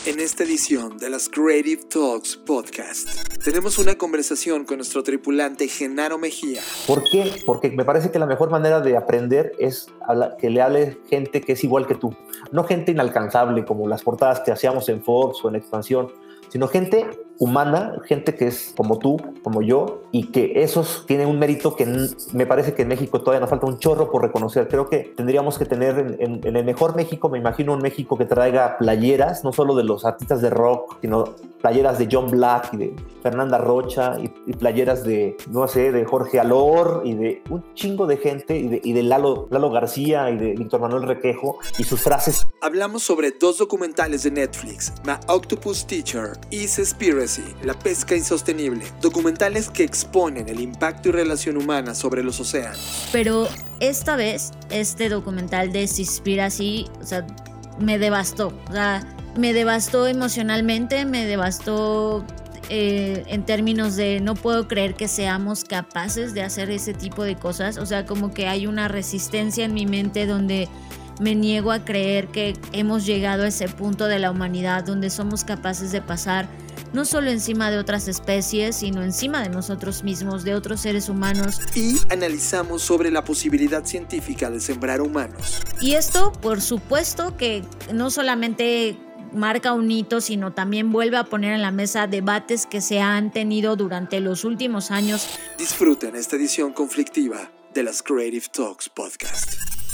En esta edición de las Creative Talks Podcast, tenemos una conversación con nuestro tripulante Genaro Mejía. ¿Por qué? Porque me parece que la mejor manera de aprender es que le hable gente que es igual que tú. No gente inalcanzable como las portadas que hacíamos en Forbes o en Expansión, sino gente humana, gente que es como tú, como yo, y que esos tienen un mérito que me parece que en México todavía nos falta un chorro por reconocer. Creo que tendríamos que tener en el mejor México, me imagino un México que traiga playeras, no solo de los artistas de rock, sino playeras de John Black y de Fernanda Rocha y playeras de, no sé, de Jorge Alor y de un chingo de gente y de Lalo García y de Víctor Manuel Requejo y sus frases. Hablamos sobre 2 documentales de Netflix, My Octopus Teacher y Seaspiracy, la pesca insostenible, documentales que exponen el impacto y relación humana sobre los océanos. Pero esta vez, este documental de Seaspiracy, me devastó. Me devastó emocionalmente, me devastó en términos de no puedo creer que seamos capaces de hacer ese tipo de cosas. Como que hay una resistencia en mi mente donde me niego a creer que hemos llegado a ese punto de la humanidad donde somos capaces de pasar no solo encima de otras especies, sino encima de nosotros mismos, de otros seres humanos. Y analizamos sobre la posibilidad científica de sembrar humanos. Y esto, por supuesto, que no solamente marca un hito, sino también vuelve a poner en la mesa debates que se han tenido durante los últimos años. Disfruten esta edición conflictiva de las Creative Talks Podcast.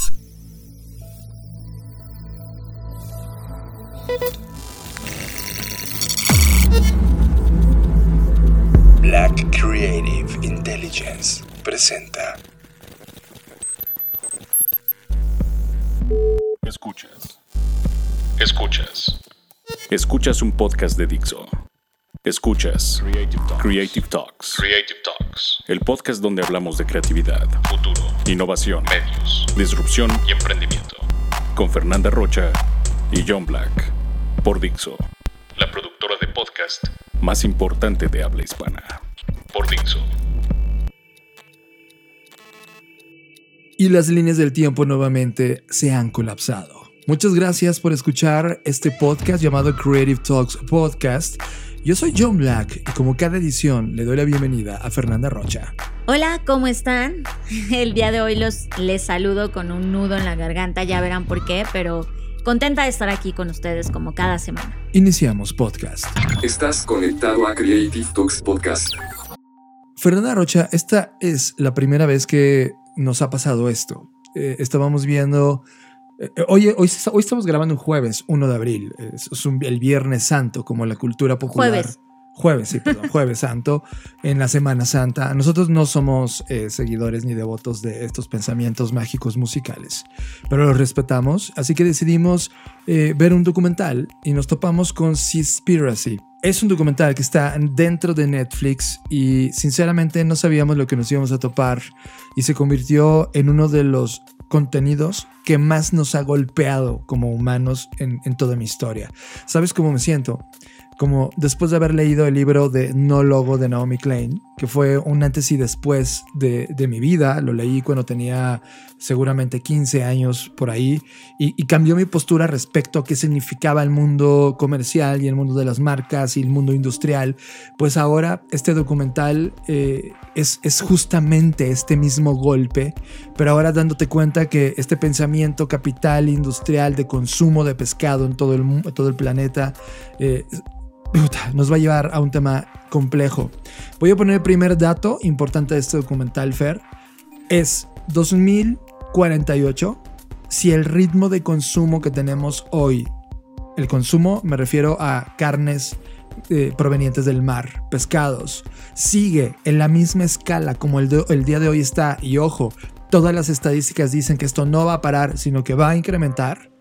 Black Creative Intelligence presenta. Escuchas un podcast de Dixo. Escuchas Creative Talks. El podcast donde hablamos de creatividad, futuro, innovación, medios, disrupción y emprendimiento. Con Fernanda Rocha y John Black. Por Dixo, la productora de podcast más importante de habla hispana. Por Dixo. Y las líneas del tiempo nuevamente se han colapsado. Muchas gracias por escuchar este podcast llamado Creative Talks Podcast. Yo soy John Black y como cada edición le doy la bienvenida a Fernanda Rocha. Hola, ¿cómo están? El día de hoy les saludo con un nudo en la garganta, ya verán por qué, pero contenta de estar aquí con ustedes como cada semana. Iniciamos podcast. Estás conectado a Creative Talks Podcast. Fernanda Rocha, esta es la primera vez que nos ha pasado esto. Estábamos viendo... Hoy estamos grabando un jueves, 1 de abril. Es el Viernes Santo, como la cultura popular. Jueves Santo, en la Semana Santa. Nosotros no somos seguidores ni devotos de estos pensamientos mágicos musicales, pero los respetamos, así que decidimos ver un documental y nos topamos con Seaspiracy. Es un documental que está dentro de Netflix y sinceramente no sabíamos lo que nos íbamos a topar y se convirtió en uno de los contenidos que más nos ha golpeado como humanos en toda mi historia. ¿Sabes cómo me siento? Como después de haber leído el libro de No Logo de Naomi Klein, que fue un antes y después de mi vida. Lo leí cuando tenía seguramente 15 años por ahí y cambió mi postura respecto a qué significaba el mundo comercial y el mundo de las marcas y el mundo industrial. Pues ahora este documental es justamente este mismo golpe, pero ahora dándote cuenta que este pensamiento capital industrial de consumo de pescado en todo el planeta nos va a llevar a un tema complejo. Voy a poner el primer dato importante de este documental, Fer. Es 2048. Si el ritmo de consumo que tenemos hoy, el consumo me refiero a carnes provenientes del mar, pescados, sigue en la misma escala como el día de hoy está, y ojo, todas las estadísticas dicen que esto no va a parar, sino que va a incrementar.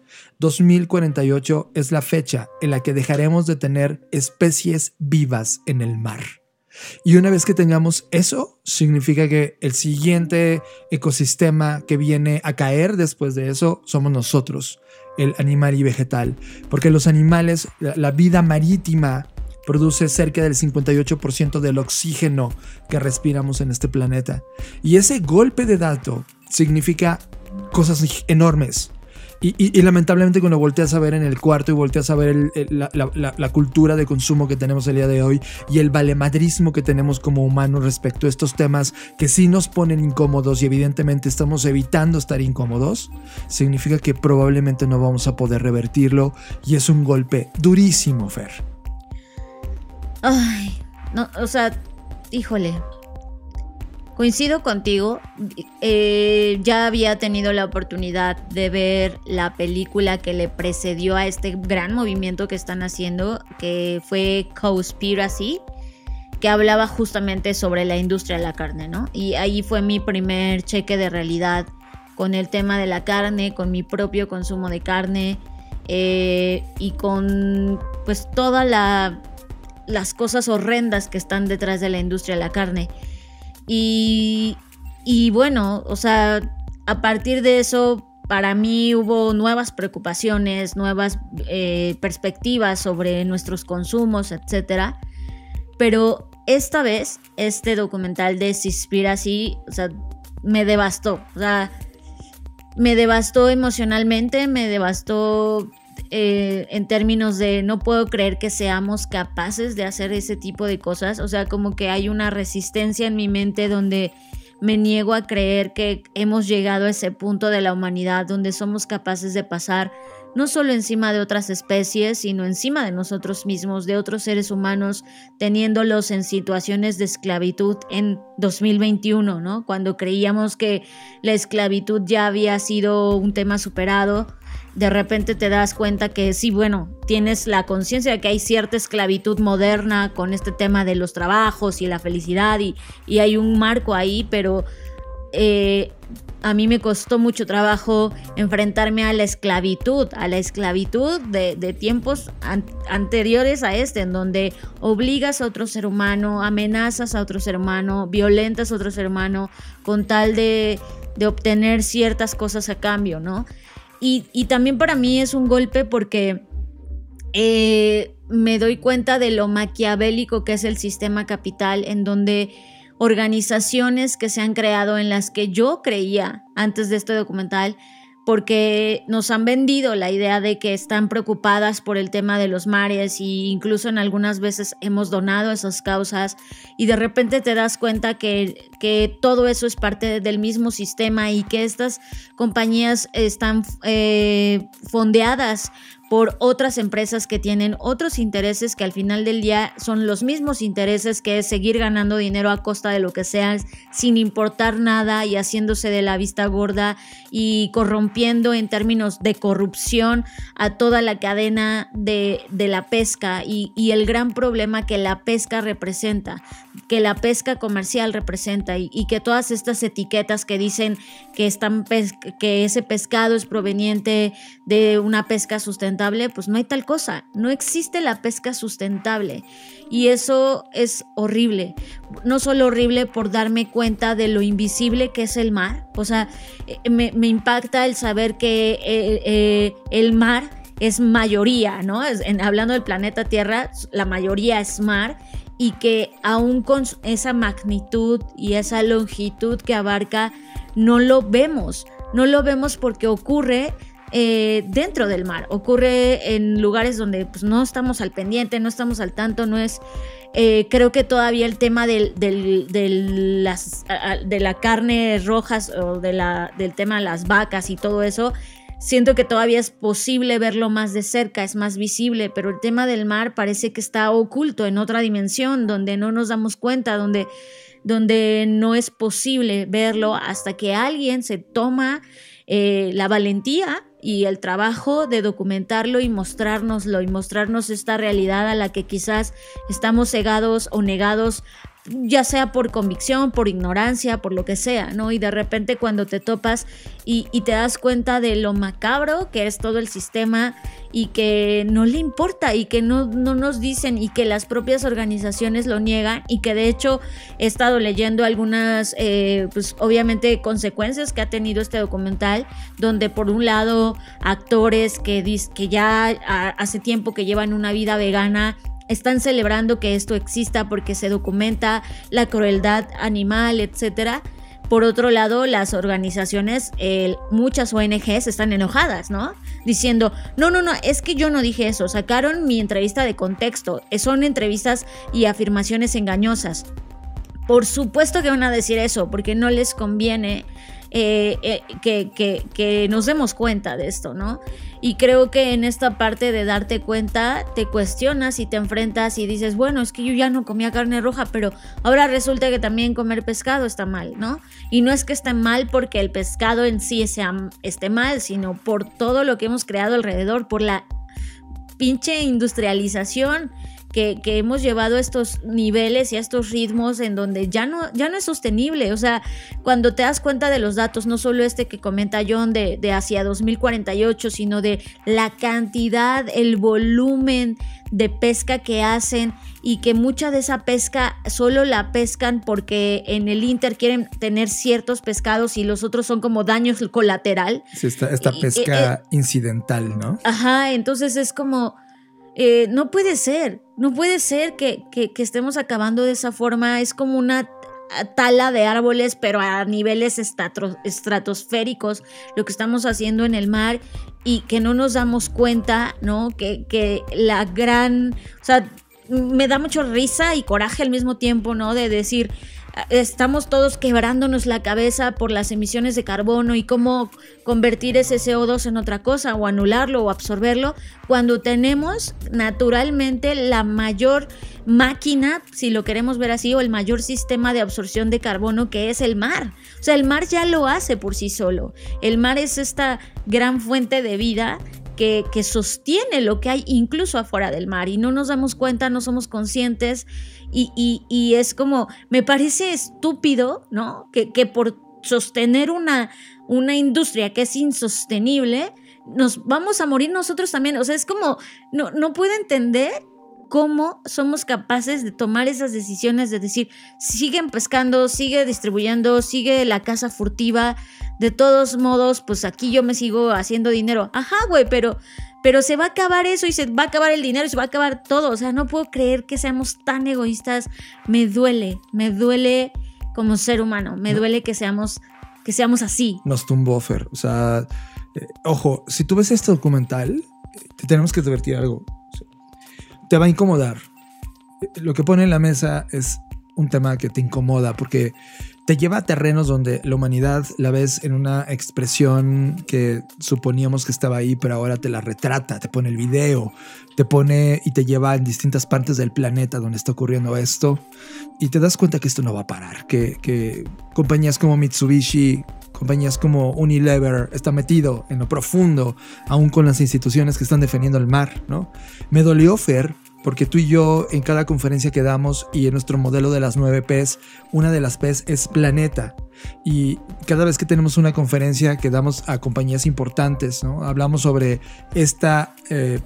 2048 es la fecha en la que dejaremos de tener especies vivas en el mar. Y una vez que tengamos eso, significa que el siguiente ecosistema que viene a caer después de eso somos nosotros, el animal y vegetal. Porque los animales, la vida marítima, produce cerca del 58% del oxígeno que respiramos en este planeta. Y ese golpe de dato significa cosas enormes. Y lamentablemente cuando volteas a ver en el cuarto y volteas a ver la cultura de consumo que tenemos el día de hoy y el valemadrismo que tenemos como humanos respecto a estos temas que sí nos ponen incómodos y evidentemente estamos evitando estar incómodos, significa que probablemente no vamos a poder revertirlo y es un golpe durísimo, Fer. Ay, no, o sea, híjole. Coincido contigo, ya había tenido la oportunidad de ver la película que le precedió a este gran movimiento que están haciendo, que fue Cowspiracy, que hablaba justamente sobre la industria de la carne, ¿no? Y ahí fue mi primer cheque de realidad con el tema de la carne, con mi propio consumo de carne y con pues todas las cosas horrendas que están detrás de la industria de la carne. Y bueno, o sea, a partir de eso, para mí hubo nuevas preocupaciones, nuevas perspectivas sobre nuestros consumos, etcétera. Pero esta vez, este documental de Seaspiracy, o sea, me devastó. O sea, me devastó emocionalmente, me devastó en términos de no puedo creer que seamos capaces de hacer ese tipo de cosas. O sea, como que hay una resistencia en mi mente donde me niego a creer que hemos llegado a ese punto de la humanidad donde somos capaces de pasar no solo encima de otras especies, sino encima de nosotros mismos, de otros seres humanos, teniéndolos en situaciones de esclavitud en 2021, ¿no? Cuando creíamos que la esclavitud ya había sido un tema superado, de repente te das cuenta que sí, bueno, tienes la conciencia de que hay cierta esclavitud moderna con este tema de los trabajos y la felicidad y hay un marco ahí, pero a mí me costó mucho trabajo enfrentarme a la esclavitud de tiempos anteriores a este, en donde obligas a otro ser humano, amenazas a otro ser humano, violentas a otro ser humano con tal de obtener ciertas cosas a cambio, ¿no? Y también para mí es un golpe porque me doy cuenta de lo maquiavélico que es el sistema capital, en donde organizaciones que se han creado, en las que yo creía antes de este documental, porque nos han vendido la idea de que están preocupadas por el tema de los mares e incluso en algunas veces hemos donado esas causas y de repente te das cuenta que todo eso es parte del mismo sistema y que estas compañías están fondeadas por otras empresas que tienen otros intereses que al final del día son los mismos intereses, que es seguir ganando dinero a costa de lo que sea, sin importar nada y haciéndose de la vista gorda y corrompiendo en términos de corrupción a toda la cadena de la pesca y el gran problema que la pesca representa, que la pesca comercial representa y que todas estas etiquetas que dicen que ese pescado es proveniente de una pesca sustentable, pues no hay tal cosa, no existe la pesca sustentable y eso es horrible, no solo horrible por darme cuenta de lo invisible que es el mar, o sea, me impacta el saber que el mar es mayoría, ¿no? Hablando del planeta Tierra, la mayoría es mar y que aún con esa magnitud y esa longitud que abarca, no lo vemos porque ocurre dentro del mar, ocurre en lugares donde pues, no estamos al pendiente, no estamos al tanto, no es... creo que todavía el tema de la carne rojas o del tema de las vacas y todo eso, siento que todavía es posible verlo más de cerca, es más visible, pero el tema del mar parece que está oculto en otra dimensión, donde no nos damos cuenta, donde no es posible verlo hasta que alguien se toma la valentía y el trabajo de documentarlo y mostrarnos esta realidad a la que quizás estamos cegados o negados, ya sea por convicción, por ignorancia, por lo que sea, ¿no? Y de repente cuando te topas y te das cuenta de lo macabro que es todo el sistema y que no le importa y que no nos dicen y que las propias organizaciones lo niegan y que de hecho he estado leyendo algunas, pues obviamente consecuencias que ha tenido este documental, donde por un lado actores que ya hace tiempo que llevan una vida vegana están celebrando que esto exista porque se documenta la crueldad animal, etcétera. por otro lado, las organizaciones, muchas ONGs están enojadas, ¿no? Diciendo, no, es que yo no dije eso, sacaron mi entrevista de contexto, son entrevistas y afirmaciones engañosas. Por supuesto que van a decir eso, porque no les conviene que nos demos cuenta de esto, ¿no? Y creo que en esta parte de darte cuenta, te cuestionas y te enfrentas y dices, bueno, es que yo ya no comía carne roja, pero ahora resulta que también comer pescado está mal, ¿no? Y no es que esté mal porque el pescado en sí esté mal, sino por todo lo que hemos creado alrededor, por la pinche industrialización que hemos llevado a estos niveles y a estos ritmos en donde ya no es sostenible. O sea, cuando te das cuenta de los datos, no solo que comenta John de hacia 2048, sino de la cantidad, el volumen de pesca que hacen, y que mucha de esa pesca solo la pescan porque en el Inter quieren tener ciertos pescados y los otros son como daños colateral. Sí, esta pesca incidental, ¿no? Ajá, entonces es como... no puede ser que estemos acabando de esa forma. Es como una tala de árboles, pero a niveles estratosféricos, lo que estamos haciendo en el mar, y que no nos damos cuenta, ¿no? Que la gran... O sea, me da mucho risa y coraje al mismo tiempo, ¿no? De decir... Estamos todos quebrándonos la cabeza por las emisiones de carbono y cómo convertir ese CO2 en otra cosa, o anularlo o absorberlo, cuando tenemos naturalmente la mayor máquina, si lo queremos ver así, o el mayor sistema de absorción de carbono, que es el mar. O sea, el mar ya lo hace por sí solo. El mar es esta gran fuente de vida que sostiene lo que hay incluso afuera del mar, y no nos damos cuenta, no somos conscientes, y es como, me parece estúpido, ¿no? Que por sostener una industria que es insostenible, nos vamos a morir nosotros también. O sea, es como, no puedo entender cómo somos capaces de tomar esas decisiones de decir, siguen pescando, sigue distribuyendo, sigue la caza furtiva, de todos modos, pues aquí yo me sigo haciendo dinero. Ajá, güey, pero se va a acabar eso, y se va a acabar el dinero, y se va a acabar todo. O sea, no puedo creer que seamos tan egoístas. Me duele como ser humano, me duele que seamos así. Nos tumbó, Fer. O sea, ojo, si tú ves este documental, te tenemos que advertir algo. Te va a incomodar. Lo que pone en la mesa es un tema que te incomoda, porque te lleva a terrenos donde la humanidad la ves en una expresión que suponíamos que estaba ahí, pero ahora te la retrata, te pone el video, te pone y te lleva en distintas partes del planeta donde está ocurriendo esto, y te das cuenta que esto no va a parar, que compañías como Mitsubishi, compañías como Unilever están metido en lo profundo, aún con las instituciones que están defendiendo el mar, ¿no? Me dolió, Fer, porque tú y yo en cada conferencia que damos, y en nuestro modelo de las 9 P's, una de las P's es planeta. Y cada vez que tenemos una conferencia que damos a compañías importantes, ¿no? Hablamos sobre esta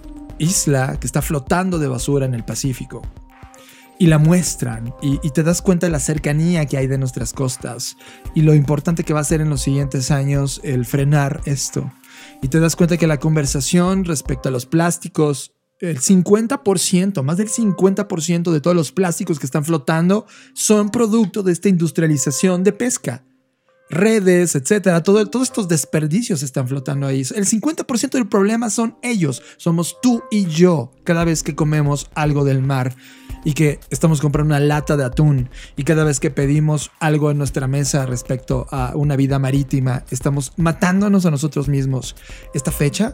isla que está flotando de basura en el Pacífico. Y la muestran, y te das cuenta de la cercanía que hay de nuestras costas y lo importante que va a ser en los siguientes años el frenar esto. Y te das cuenta que la conversación respecto a los plásticos, el 50%, más del 50% de todos los plásticos que están flotando son producto de esta industrialización de pesca. Redes, etcétera, todos estos desperdicios están flotando ahí. El 50% del problema son ellos, somos tú y yo, cada vez que comemos algo del mar y que estamos comprando una lata de atún, y cada vez que pedimos algo en nuestra mesa respecto a una vida marítima, estamos matándonos a nosotros mismos. Esta fecha,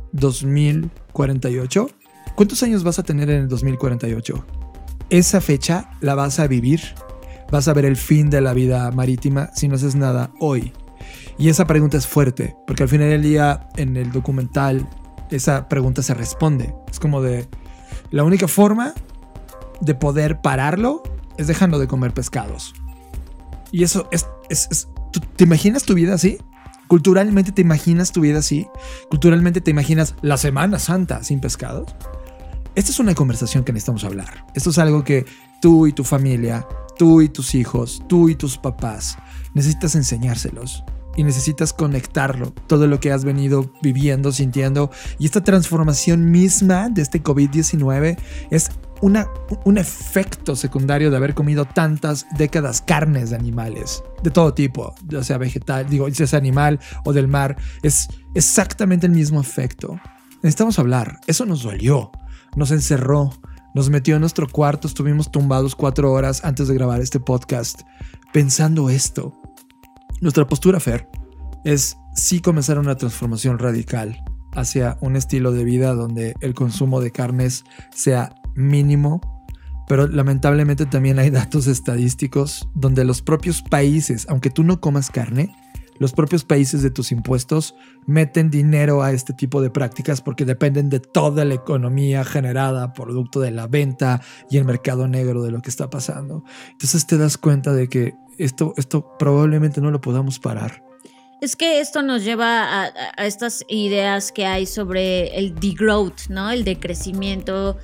2048, ¿cuántos años vas a tener en el 2048? Esa fecha la vas a vivir. Vas a ver el fin de la vida marítima si no haces nada hoy. Y esa pregunta es fuerte, porque al final del día, en el documental, esa pregunta se responde. Es como de, la única forma de poder pararlo es dejando de comer pescados. Y eso es ¿te imaginas tu vida así? Culturalmente te imaginas tu vida así. Culturalmente te imaginas la Semana Santa sin pescados. Esta es una conversación que necesitamos hablar. Esto es algo que tú y tu familia, tú y tus hijos, tú y tus papás necesitas enseñárselos, y necesitas conectarlo, todo lo que has venido viviendo, sintiendo, y esta transformación misma de este COVID-19 es un efecto secundario de haber comido tantas décadas carnes de animales, de todo tipo, ya sea vegetal, ya sea animal o del mar. Es exactamente el mismo efecto. Necesitamos hablar. Eso nos dolió, nos encerró, nos metió en nuestro cuarto, estuvimos tumbados 4 horas antes de grabar este podcast pensando esto. Nuestra postura, Fer, es sí comenzar una transformación radical hacia un estilo de vida donde el consumo de carnes sea mínimo, pero lamentablemente también hay datos estadísticos donde los propios países, aunque tú no comas carne, los propios países de tus impuestos meten dinero a este tipo de prácticas porque dependen de toda la economía generada producto de la venta y el mercado negro de lo que está pasando. Entonces te das cuenta de que esto probablemente no lo podamos parar. Es que esto nos lleva a estas ideas que hay sobre el degrowth, ¿no? El decrecimiento.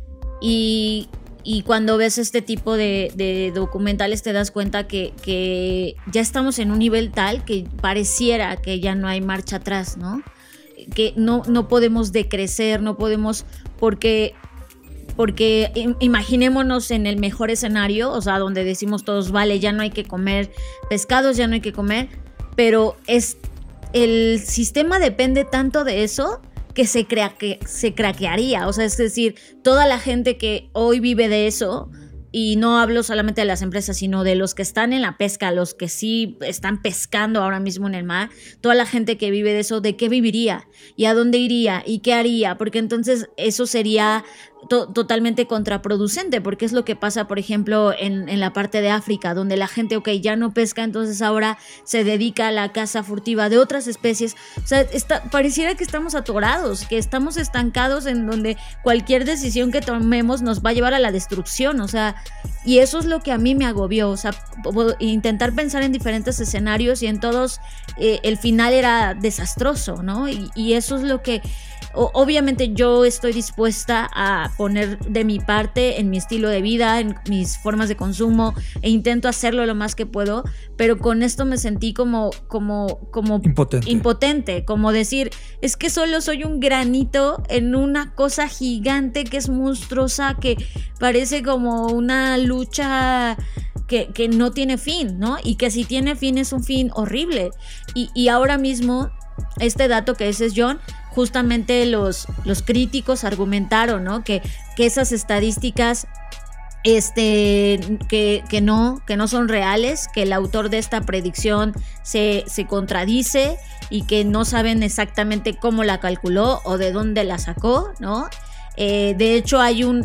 Y cuando ves este tipo de documentales te das cuenta que ya estamos en un nivel tal que pareciera que ya no hay marcha atrás, ¿no? Que no podemos decrecer, no podemos, porque imaginémonos en el mejor escenario, o sea, donde decimos todos, vale, ya no hay que comer pescados, ya no hay que comer, pero el sistema depende tanto de eso que se craquearía, o sea, es decir, toda la gente que hoy vive de eso, y no hablo solamente de las empresas, sino de los que están en la pesca, los que sí están pescando ahora mismo en el mar, toda la gente que vive de eso, ¿de qué viviría? ¿Y a dónde iría? ¿Y qué haría? Porque entonces eso sería totalmente contraproducente, porque es lo que pasa, por ejemplo, en la parte de África, donde la gente, ya no pesca, entonces ahora se dedica a la caza furtiva de otras especies. O sea, pareciera que estamos atorados, que estamos estancados en donde cualquier decisión que tomemos nos va a llevar a la destrucción, o sea, y eso es lo que a mí me agobió, o sea, intentar pensar en diferentes escenarios y en todos el final era desastroso, ¿no? Y eso es lo que obviamente yo estoy dispuesta a poner de mi parte en mi estilo de vida, en mis formas de consumo, e intento hacerlo lo más que puedo, pero con esto me sentí como impotente, como decir, es que solo soy un granito en una cosa gigante que es monstruosa, que parece como una lucha que no tiene fin, ¿no? Y que si tiene fin es un fin horrible. Y ahora mismo, este dato que dices, John, justamente los críticos argumentaron, ¿no? Que esas estadísticas que no son reales, que el autor de esta predicción se contradice y que no saben exactamente cómo la calculó o de dónde la sacó, ¿no? De hecho hay un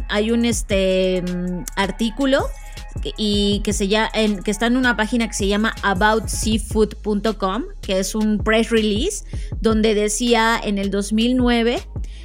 artículo y que está en una página que se llama aboutseafood.com, que es un press release donde decía en el 2009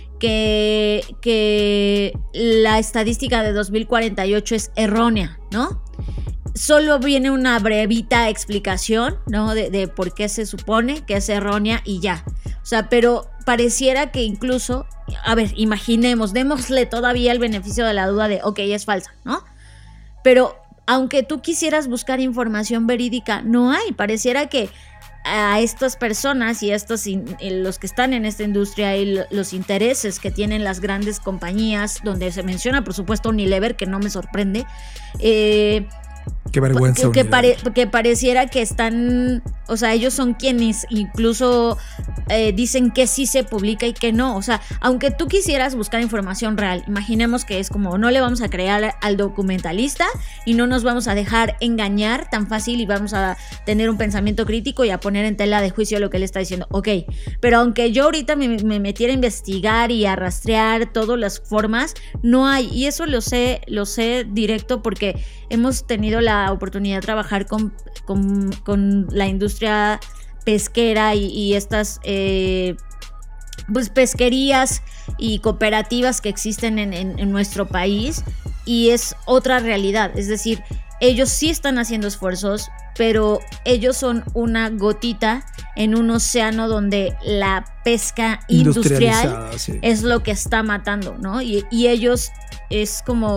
que la estadística de 2048 es errónea, ¿no? Solo viene una brevita explicación, ¿no? De por qué se supone que es errónea y ya. O sea, pero pareciera que incluso, a ver, imaginemos, démosle todavía el beneficio de la duda de, es falsa, ¿no? Pero aunque tú quisieras buscar información verídica, no hay. Pareciera que a estas personas y a los que están en esta industria y los intereses que tienen las grandes compañías, donde se menciona, por supuesto, Unilever, que no me sorprende, qué vergüenza. Que pareciera que están, o sea, ellos son quienes incluso dicen que sí se publica y que no. O sea, aunque tú quisieras buscar información real, imaginemos que es como, no le vamos a creer al documentalista y no nos vamos a dejar engañar tan fácil y vamos a tener un pensamiento crítico y a poner en tela de juicio lo que él está diciendo. Pero aunque yo ahorita me metiera a investigar y a rastrear todas las formas, no hay. Y eso lo sé directo porque hemos tenido la oportunidad de trabajar con la industria pesquera y estas pues pesquerías y cooperativas que existen en nuestro país, y es otra realidad. Es decir, ellos sí están haciendo esfuerzos, pero ellos son una gotita en un océano donde la pesca industrial sí es lo que está matando, ¿no? Y ellos es como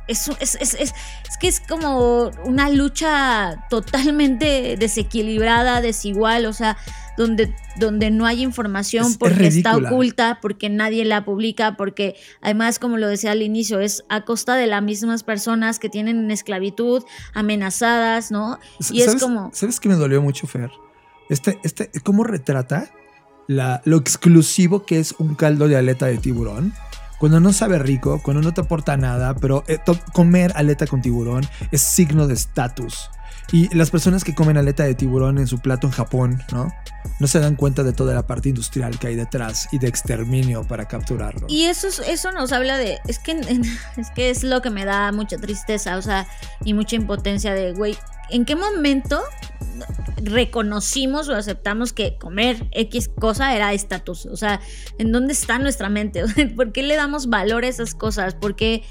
que es como una lucha totalmente desequilibrada, desigual, o sea, donde no hay información porque está oculta, porque nadie la publica, porque además, como lo decía al inicio, es a costa de las mismas personas que tienen en esclavitud, amenazadas, ¿no? Y es como... ¿Sabes qué me dolió mucho, Fer? ¿Cómo retrata lo exclusivo que es un caldo de aleta de tiburón? Cuando no sabe rico, cuando no te aporta nada, pero comer aleta con tiburón es signo de estatus. Y las personas que comen aleta de tiburón en su plato en Japón, no se dan cuenta de toda la parte industrial que hay detrás y de exterminio para capturarlo. Y eso nos habla de... Es que es lo que me da mucha tristeza, o sea, y mucha impotencia de, güey, ¿en qué momento reconocimos o aceptamos que comer X cosa era estatus? O sea, ¿en dónde está nuestra mente? ¿Por qué le damos valor a esas cosas? Porque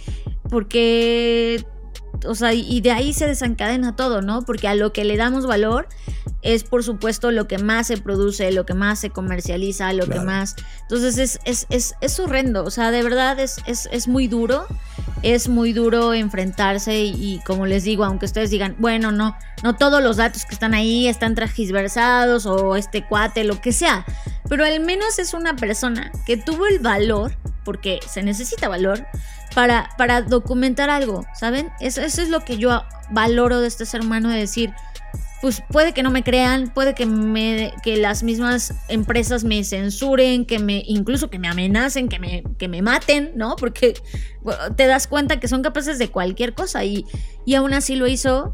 o sea, y de ahí se desencadena todo, ¿no? Porque a lo que le damos valor es, por supuesto, lo que más se produce, lo que más se comercializa, lo que más... Entonces es horrendo, o sea, de verdad es muy duro. Es muy duro enfrentarse y como les digo, aunque ustedes digan, bueno, no todos los datos que están ahí están transgiversados o este cuate, lo que sea, pero al menos es una persona que tuvo el valor, porque se necesita valor, para documentar algo, ¿saben? Eso es lo que yo valoro de este ser humano, de decir, pues puede que no me crean, puede que las mismas empresas me censuren, incluso que me amenacen, que me maten, ¿no? Porque te das cuenta que son capaces de cualquier cosa y aún así lo hizo.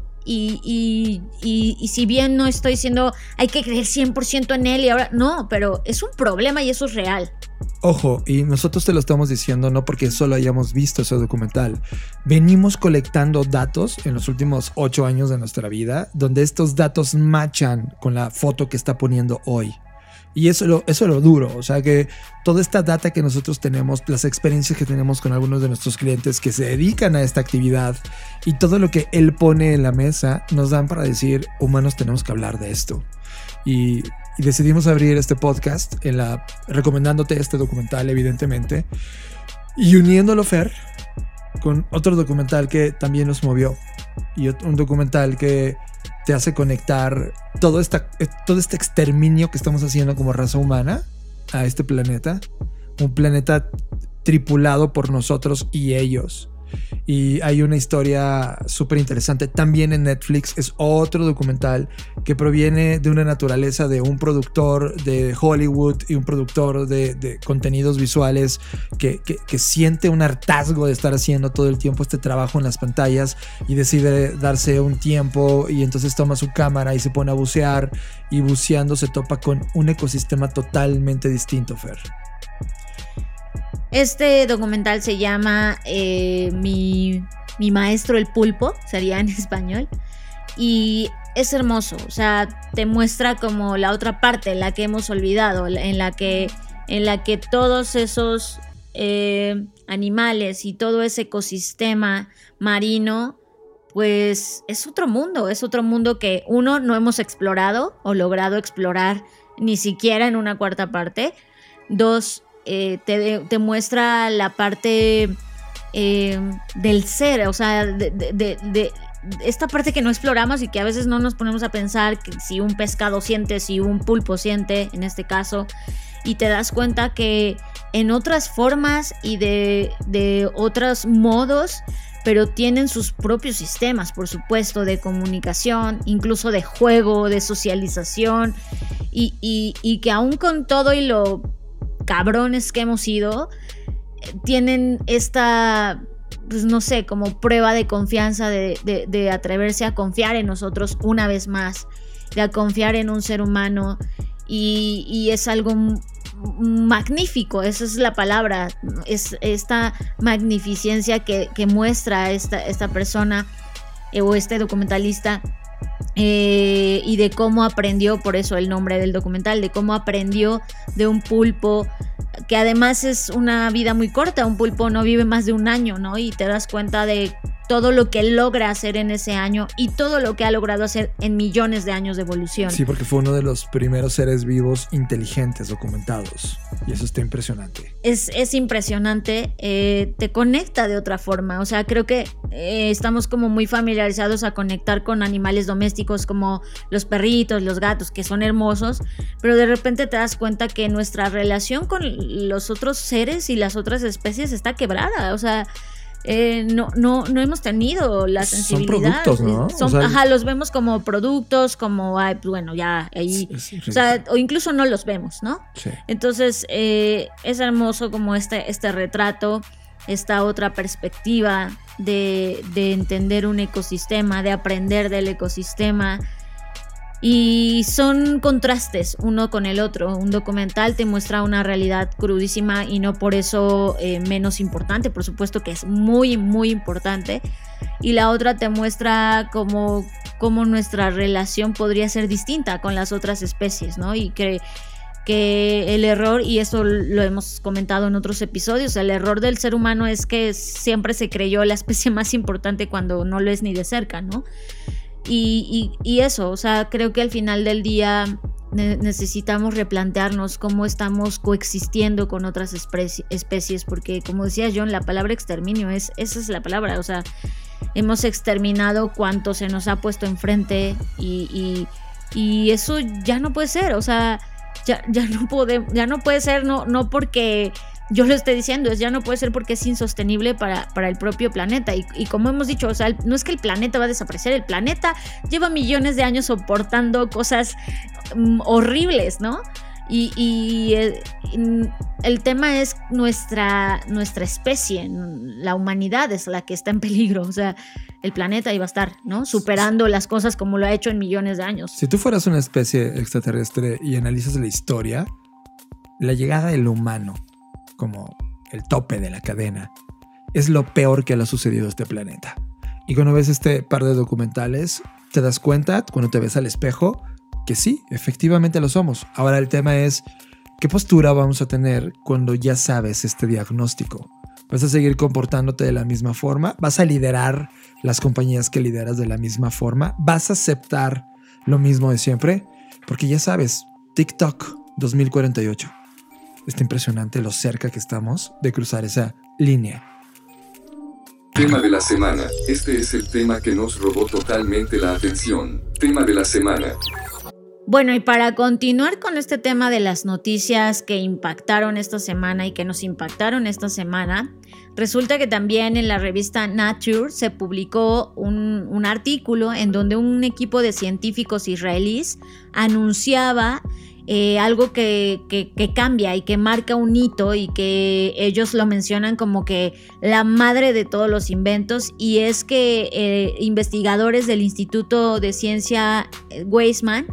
Y si bien no estoy diciendo hay que creer 100% en él y ahora no, pero es un problema y eso es real. Ojo, y nosotros te lo estamos diciendo no porque solo hayamos visto ese documental. Venimos colectando datos en los últimos 8 años de nuestra vida, donde estos datos machan con la foto que está poniendo hoy. Y eso es lo duro, o sea que toda esta data que nosotros tenemos, las experiencias que tenemos con algunos de nuestros clientes que se dedican a esta actividad y todo lo que él pone en la mesa nos dan para decir, humanos, tenemos que hablar de esto. Y decidimos abrir este podcast recomendándote este documental, evidentemente, y uniéndolo, Fer, con otro documental que también nos movió y un documental que te hace conectar todo este exterminio que estamos haciendo como raza humana a este planeta, un planeta tripulado por nosotros y ellos. Y hay una historia súper interesante también en Netflix. Es otro documental que proviene de una naturaleza de un productor de Hollywood y un productor de contenidos visuales que siente un hartazgo de estar haciendo todo el tiempo este trabajo en las pantallas y decide darse un tiempo y entonces toma su cámara y se pone a bucear, y buceando se topa con un ecosistema totalmente distinto, Fer. Este documental se llama Mi maestro el pulpo, sería en español, y es hermoso, o sea, te muestra como la otra parte, la que hemos olvidado, en la que todos esos animales y todo ese ecosistema marino, pues es otro mundo que uno no hemos explorado o logrado explorar ni siquiera en una cuarta parte. 2, te muestra la parte del ser, o sea, de esta parte que no exploramos y que a veces no nos ponemos a pensar que si un pescado siente, si un pulpo siente, en este caso, y te das cuenta que en otras formas y de otros modos, pero tienen sus propios sistemas, por supuesto, de comunicación, incluso de juego, de socialización, y que aún con todo y lo cabrones que hemos sido, tienen esta, pues no sé, como prueba de confianza, de atreverse a confiar en nosotros una vez más, de a confiar en un ser humano, y es algo magnífico, esa es la palabra, es esta magnificencia que muestra esta persona o este documentalista, y de cómo aprendió, por eso el nombre del documental, de cómo aprendió de un pulpo, que además es una vida muy corta, un pulpo no vive más de un año, ¿no? Y te das cuenta de todo lo que logra hacer en ese año y todo lo que ha logrado hacer en millones de años de evolución. Sí, porque fue uno de los primeros seres vivos inteligentes documentados. Y eso está impresionante. Es impresionante, te conecta de otra forma. O sea, creo que estamos como muy familiarizados a conectar con animales domésticos como los perritos, los gatos, que son hermosos, pero de repente te das cuenta que nuestra relación con los otros seres y las otras especies está quebrada. O sea, no hemos tenido la sensibilidad. Son productos, ¿no? Los vemos como productos, como, bueno, ya ahí, o sea, o incluso no los vemos, ¿no? Sí. Entonces, es hermoso como este retrato, esta otra perspectiva de entender un ecosistema, de aprender del ecosistema. Y son contrastes uno con el otro. Un documental te muestra una realidad crudísima y no por eso menos importante. Por supuesto que es muy, muy importante. Y la otra te muestra cómo nuestra relación podría ser distinta con las otras especies, ¿no? Y que el error, y eso lo hemos comentado en otros episodios, el error del ser humano es que siempre se creyó la especie más importante cuando no lo es ni de cerca, ¿no? Y eso, o sea, creo que al final del día necesitamos replantearnos cómo estamos coexistiendo con otras especies, porque como decía John, la palabra exterminio, esa es la palabra, o sea, hemos exterminado cuanto se nos ha puesto enfrente y eso ya no puede ser, o sea, ya no puede ser, no porque yo lo estoy diciendo, ya no puede ser porque es insostenible para el propio planeta. Y como hemos dicho, o sea, no es que el planeta va a desaparecer, el planeta lleva millones de años soportando cosas horribles, ¿no? Y el tema es nuestra especie, la humanidad es la que está en peligro, o sea, el planeta iba a estar, ¿no? Superando las cosas como lo ha hecho en millones de años. Si tú fueras una especie extraterrestre y analizas la historia, la llegada del humano como el tope de la cadena es lo peor que le ha sucedido a este planeta. Y cuando ves este par de documentales, te das cuenta, cuando te ves al espejo, que sí, efectivamente lo somos. Ahora el tema es, ¿qué postura vamos a tener cuando ya sabes este diagnóstico? ¿Vas a seguir comportándote de la misma forma? ¿Vas a liderar las compañías que lideras de la misma forma? ¿Vas a aceptar lo mismo de siempre? Porque ya sabes, TikTok 2048. Está impresionante lo cerca que estamos de cruzar esa línea. Tema de la semana. Este es el tema que nos robó totalmente la atención. Tema de la semana. Bueno, y para continuar con este tema de las noticias que impactaron esta semana y que nos impactaron esta semana, resulta que también en la revista Nature se publicó un artículo en donde un equipo de científicos israelíes anunciaba algo que cambia y que marca un hito y que ellos lo mencionan como que la madre de todos los inventos, y es que investigadores del Instituto de Ciencia Weizmann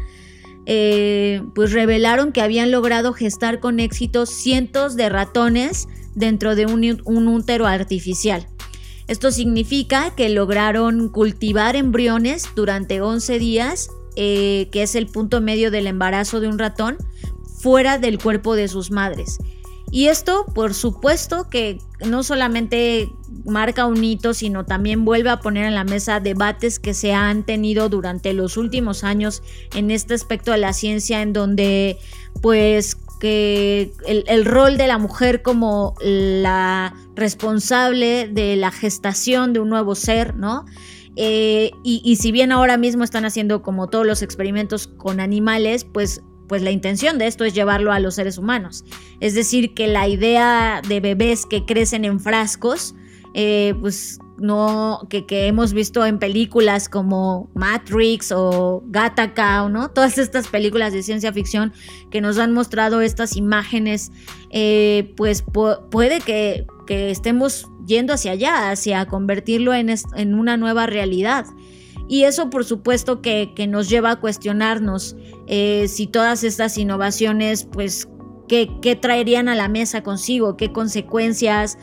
pues revelaron que habían logrado gestar con éxito cientos de ratones dentro de un útero artificial. Esto significa que lograron cultivar embriones durante 11 días, que es el punto medio del embarazo de un ratón, fuera del cuerpo de sus madres. Y esto, por supuesto, que no solamente marca un hito, sino también vuelve a poner en la mesa debates que se han tenido durante los últimos años en este aspecto de la ciencia, en donde pues que el rol de la mujer como la responsable de la gestación de un nuevo ser, ¿no? Y si bien ahora mismo están haciendo como todos los experimentos con animales, pues la intención de esto es llevarlo a los seres humanos. Es decir, que la idea de bebés que crecen en frascos, pues no, que hemos visto en películas como Matrix o Gattaca, ¿no? Todas estas películas de ciencia ficción que nos han mostrado estas imágenes, pues puede que estemos yendo hacia allá, hacia convertirlo en una nueva realidad. Y eso, por supuesto, que nos lleva a cuestionarnos si todas estas innovaciones, pues, ¿qué traerían a la mesa consigo? ¿Qué consecuencias?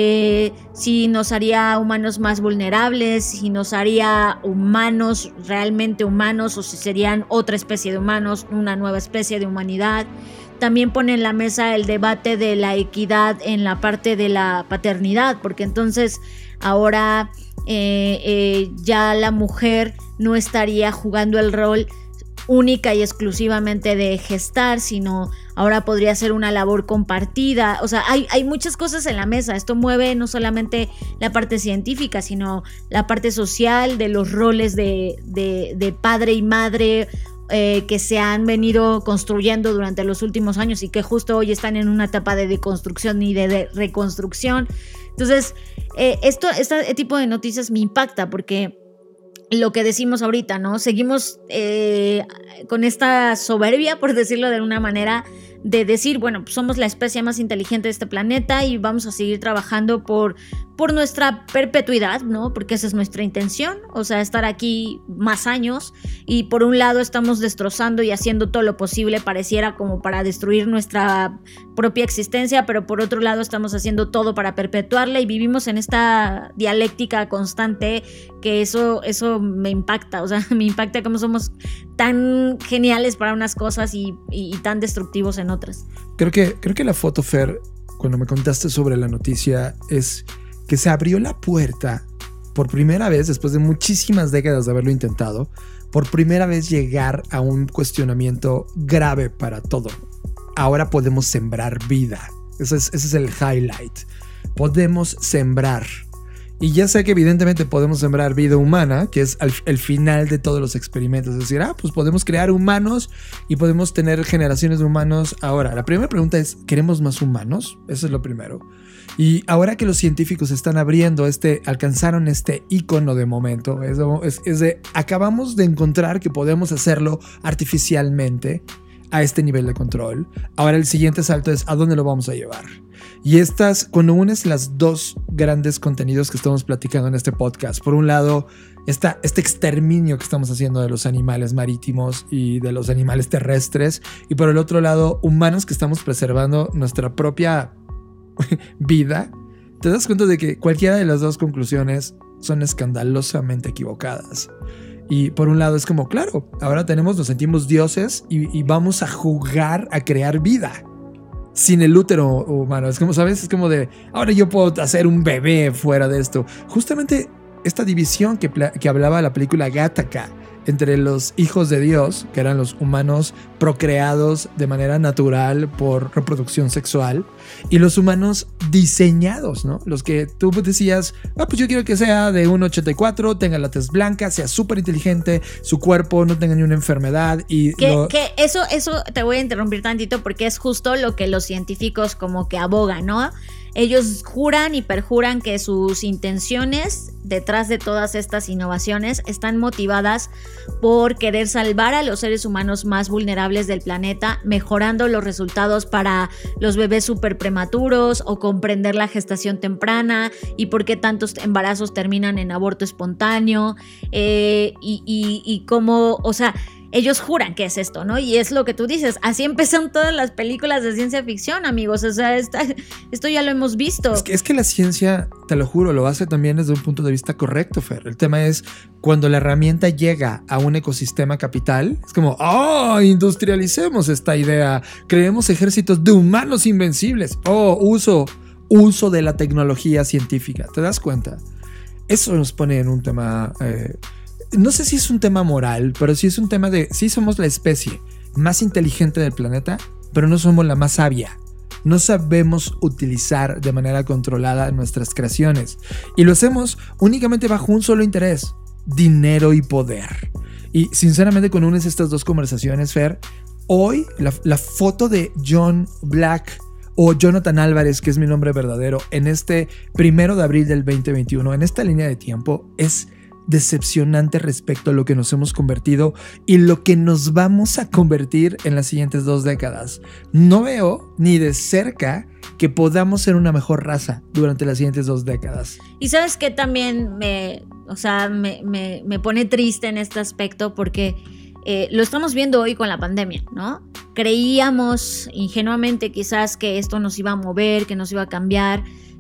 Si nos haría humanos más vulnerables, si nos haría humanos, realmente humanos, o si serían otra especie de humanos, una nueva especie de humanidad. también pone en la mesa el debate de la equidad en la parte de la paternidad, porque entonces ahora ya la mujer no estaría jugando el rol única y exclusivamente de gestar, sino ahora podría ser una labor compartida. O sea, hay muchas cosas en la mesa. Esto mueve no solamente la parte científica, sino la parte social, de los roles de padre y madre que se han venido construyendo durante los últimos años y que justo hoy están en una etapa de deconstrucción y de reconstrucción. Entonces, este tipo de noticias me impacta porque lo que decimos ahorita, ¿no? Seguimos con esta soberbia, por decirlo de una manera, de decir, bueno, pues somos la especie más inteligente de este planeta y vamos a seguir trabajando por nuestra perpetuidad, ¿no? Porque esa es nuestra intención, o sea, estar aquí más años, y por un lado estamos destrozando y haciendo todo lo posible, pareciera como para destruir nuestra propia existencia, pero por otro lado estamos haciendo todo para perpetuarla y vivimos en esta dialéctica constante que eso me impacta, o sea, me impacta cómo somos tan geniales para unas cosas y tan destructivos en otras. Creo que la foto, Fer, cuando me contaste sobre la noticia, es que se abrió la puerta por primera vez, después de muchísimas décadas de haberlo intentado, por primera vez llegar a un cuestionamiento grave para todo. Ahora podemos sembrar vida. Ese es el highlight. Podemos sembrar. Y ya sé que evidentemente podemos sembrar vida humana, que es el final de todos los experimentos. Es decir, pues podemos crear humanos y podemos tener generaciones de humanos. Ahora, la primera pregunta es, ¿queremos más humanos? Eso es lo primero. Y ahora que los científicos están abriendo alcanzaron este icono de momento, acabamos de encontrar que podemos hacerlo artificialmente a este nivel de control. Ahora el siguiente salto es, ¿a dónde lo vamos a llevar? Y cuando unes las dos grandes contenidos que estamos platicando en este podcast, por un lado, este exterminio que estamos haciendo de los animales marítimos y de los animales terrestres, y por el otro lado, humanos que estamos preservando nuestra propia vida, te das cuenta de que cualquiera de las dos conclusiones son escandalosamente equivocadas. Y por un lado es como, claro, ahora nos sentimos dioses y vamos a jugar a crear vida sin el útero humano. Es como, ¿sabes? Es como de, ahora yo puedo hacer un bebé fuera de esto. Justamente esta división que hablaba la película Gattaca entre los hijos de Dios, que eran los humanos procreados de manera natural por reproducción sexual, y los humanos diseñados, ¿no? Los que tú decías, pues yo quiero que sea de 1,84, tenga la tez blanca, sea súper inteligente, su cuerpo no tenga ni una enfermedad. Y que eso te voy a interrumpir tantito porque es justo lo que los científicos como que abogan, ¿no? Ellos juran y perjuran que sus intenciones detrás de todas estas innovaciones están motivadas por querer salvar a los seres humanos más vulnerables del planeta, mejorando los resultados para los bebés súper prematuros o comprender la gestación temprana y por qué tantos embarazos terminan en aborto espontáneo y cómo, o sea, ellos juran que es esto, ¿no? Y es lo que tú dices, así empiezan todas las películas de ciencia ficción, amigos, o sea, esto ya lo hemos visto. Es que la ciencia, te lo juro, lo hace también desde un punto de vista correcto, Fer. El tema es cuando la herramienta llega a un ecosistema capital, es como, industrialicemos esta idea, creemos ejércitos de humanos invencibles, uso de la tecnología científica, ¿te das cuenta? Eso nos pone en un tema... no sé si es un tema moral, pero sí es un tema de... Sí somos la especie más inteligente del planeta, pero no somos la más sabia. No sabemos utilizar de manera controlada nuestras creaciones. Y lo hacemos únicamente bajo un solo interés: dinero y poder. Y sinceramente, cuando unes estas dos conversaciones, Fer, hoy la foto de John Black o Jonathan Álvarez, que es mi nombre verdadero, en este 1 de abril del 2021, en esta línea de tiempo, es decepcionante respecto a lo que nos hemos convertido y lo que nos vamos a convertir en las siguientes 2 décadas. No veo ni de cerca que podamos ser una mejor raza durante las siguientes 2 décadas. Y sabes que también me pone triste en este aspecto porque lo estamos viendo hoy con la pandemia, ¿no? Creíamos ingenuamente quizás que esto nos iba a mover, que nos iba a cambiar,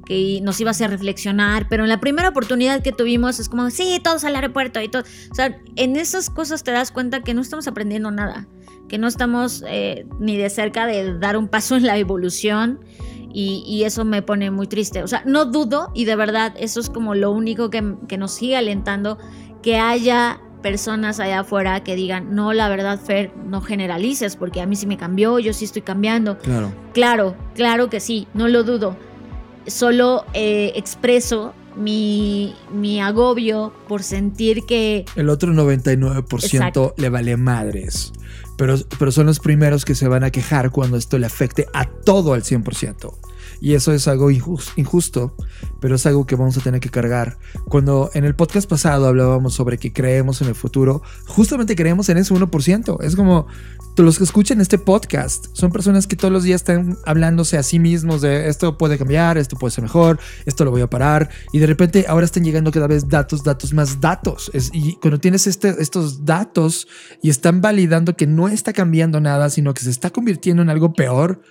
que nos iba a hacer reflexionar, pero en la primera oportunidad que tuvimos es como, sí, todos al aeropuerto y todo. O sea, en esas cosas te das cuenta que no estamos aprendiendo nada, que no estamos ni de cerca de dar un paso en la evolución, y eso me pone muy triste. O sea, no dudo, y de verdad eso es como lo único que nos sigue alentando, que haya personas allá afuera que digan, no, la verdad, Fer, no generalices, porque a mí sí me cambió, yo sí estoy cambiando. Claro que sí, no lo dudo. Solo expreso mi agobio por sentir que el otro 99% Exacto. le vale madres. Pero son los primeros que se van a quejar cuando esto le afecte a todo al 100%. Y eso es algo injusto, pero es algo que vamos a tener que cargar. Cuando en el podcast pasado hablábamos sobre que creemos en el futuro, justamente creemos en ese 1%. Es como los que escuchan este podcast son personas que todos los días están hablándose a sí mismos de esto puede cambiar, esto puede ser mejor, esto lo voy a parar. Y de repente ahora están llegando cada vez datos más datos. Y cuando tienes estos datos y están validando que no está cambiando nada, sino que se está convirtiendo en algo peor,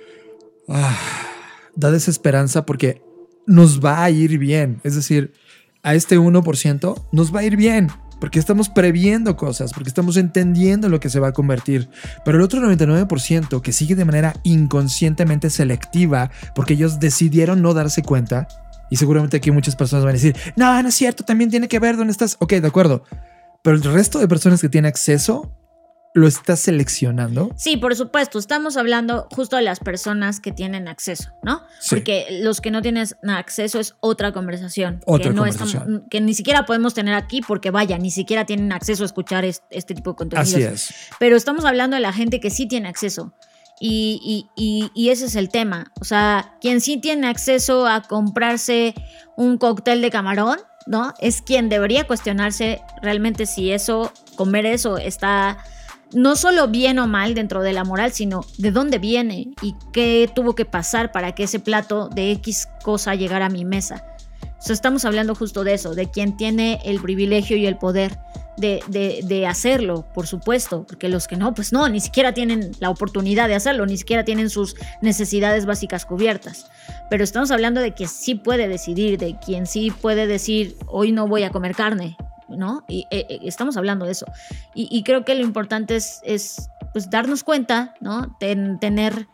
da desesperanza porque nos va a ir bien. Es decir, a este 1% nos va a ir bien porque estamos previendo cosas, porque estamos entendiendo lo que se va a convertir. Pero el otro 99% que sigue de manera inconscientemente selectiva porque ellos decidieron no darse cuenta, y seguramente aquí muchas personas van a decir, no es cierto, también tiene que ver dónde estás. Ok, de acuerdo. Pero el resto de personas que tienen acceso ¿lo estás seleccionando? Sí, por supuesto. Estamos hablando justo de las personas que tienen acceso, ¿no? Sí. Porque los que no tienen acceso es otra conversación. Otra que conversación. Que ni siquiera podemos tener aquí porque, vaya, ni siquiera tienen acceso a escuchar este tipo de contenidos. Así es. Pero estamos hablando de la gente que sí tiene acceso. Y ese es el tema. O sea, quien sí tiene acceso a comprarse un cóctel de camarón, ¿no? Es quien debería cuestionarse realmente si comer eso está no solo bien o mal dentro de la moral, sino de dónde viene y qué tuvo que pasar para que ese plato de X cosa llegara a mi mesa. O sea, estamos hablando justo de eso, de quien tiene el privilegio y el poder de hacerlo, por supuesto, porque los que no, pues no, ni siquiera tienen la oportunidad de hacerlo, ni siquiera tienen sus necesidades básicas cubiertas. Pero estamos hablando de quien sí puede decidir, de quien sí puede decir, hoy no voy a comer carne, ¿no? Y estamos hablando de eso. Y creo que lo importante es pues darnos cuenta, ¿no? Tener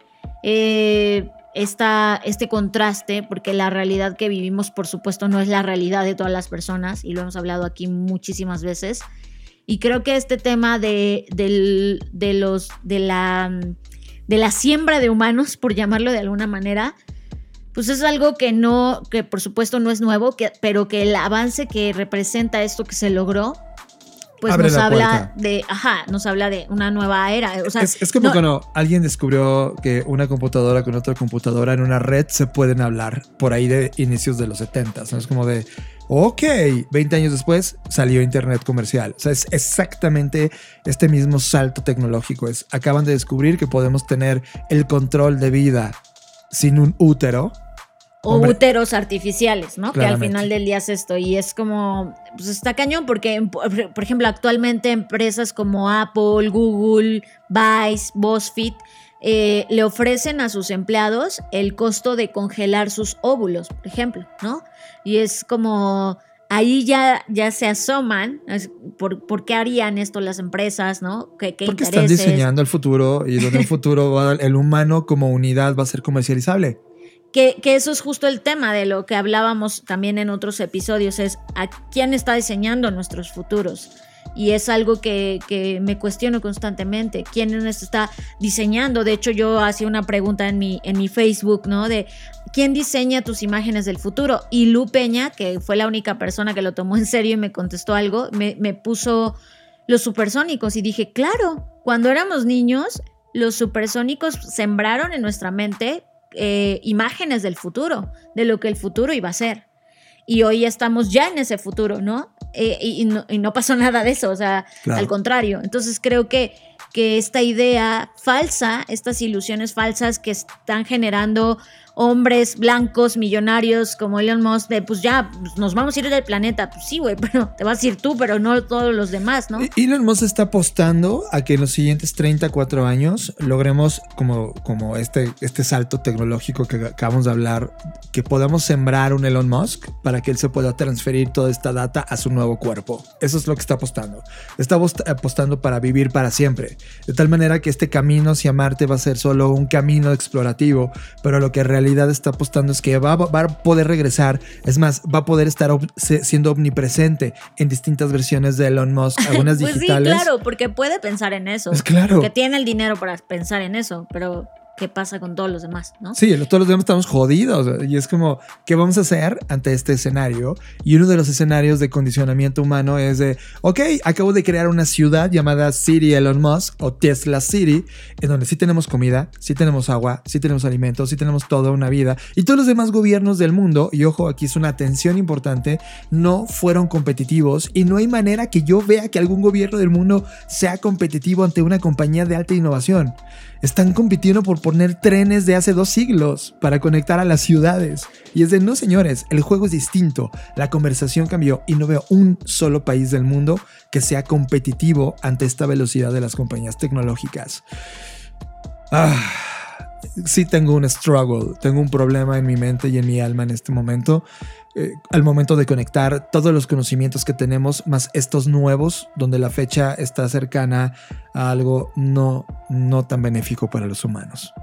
este contraste, porque la realidad que vivimos, por supuesto, no es la realidad de todas las personas, y lo hemos hablado aquí muchísimas veces. Y creo que este tema de la siembra de humanos, por llamarlo de alguna manera, pues es algo que por supuesto no es nuevo, pero que el avance que representa esto que se logró, pues nos habla de una nueva era. O sea, es como cuando alguien descubrió que una computadora con otra computadora en una red se pueden hablar por ahí de inicios de los 70s, ¿no? Es como de, ok, 20 años después salió internet comercial. O sea, es exactamente este mismo salto tecnológico. Acaban de descubrir que podemos tener el control de vida sin un útero. O úteros artificiales, ¿no? Claramente. Que al final del día es esto. Y es como, pues está cañón porque, por ejemplo, actualmente empresas como Apple, Google, Vice, BuzzFeed le ofrecen a sus empleados el costo de congelar sus óvulos, por ejemplo, ¿no? Y es como, ahí ya se asoman, ¿por qué harían esto las empresas, no? ¿Qué Porque intereses? están diseñando el futuro, y donde el futuro el humano como unidad va a ser comercializable. Que eso es justo el tema de lo que hablábamos también en otros episodios, es a quién está diseñando nuestros futuros. Y es algo que me cuestiono constantemente. ¿Quién está diseñando? De hecho, yo hacía una pregunta en mi Facebook, ¿no? De ¿quién diseña tus imágenes del futuro? Y Lu Peña, que fue la única persona que lo tomó en serio y me contestó algo, me puso los supersónicos. Y dije, claro, cuando éramos niños, los supersónicos sembraron en nuestra mente imágenes del futuro, de lo que el futuro iba a ser. Y hoy estamos ya en ese futuro, ¿no? Y no pasó nada de eso, o sea, claro. Al contrario. Entonces creo que esta idea falsa, estas ilusiones falsas que están generando hombres blancos, millonarios como Elon Musk, de pues ya, pues nos vamos a ir del planeta. Pues sí, güey, pero te vas a ir tú, pero no todos los demás, ¿no? Elon Musk está apostando a que en los siguientes 34 años logremos como este salto tecnológico que acabamos de hablar, que podamos sembrar un Elon Musk para que él se pueda transferir toda esta data a su nuevo cuerpo. Eso es lo que está apostando. Está apostando para vivir para siempre. De tal manera que este camino hacia Marte va a ser solo un camino explorativo, pero lo que en realidad está apostando es que va a poder regresar. Es más, va a poder estar siendo omnipresente en distintas versiones de Elon Musk, algunas pues digitales. Sí, claro, porque puede pensar en eso. Es claro. Porque tiene el dinero para pensar en eso, pero ¿qué pasa con todos los demás, no? Sí, todos los demás estamos jodidos y es como, ¿qué vamos a hacer ante este escenario? Y uno de los escenarios de condicionamiento humano es de, ok, acabo de crear una ciudad llamada City Elon Musk o Tesla City, en donde sí tenemos comida, sí tenemos agua, sí tenemos alimentos, sí tenemos toda una vida, y todos los demás gobiernos del mundo, y ojo, aquí es una atención importante, no fueron competitivos y no hay manera que yo vea que algún gobierno del mundo sea competitivo ante una compañía de alta innovación. Están compitiendo por poner trenes de hace 2 siglos para conectar a las ciudades. Y es de, no señores, el juego es distinto, la conversación cambió y no veo un solo país del mundo que sea competitivo ante esta velocidad de las compañías tecnológicas. Sí tengo un struggle, tengo un problema en mi mente y en mi alma en este momento. Al momento de conectar todos los conocimientos que tenemos más estos nuevos, donde la fecha está cercana a algo no tan benéfico para los humanos.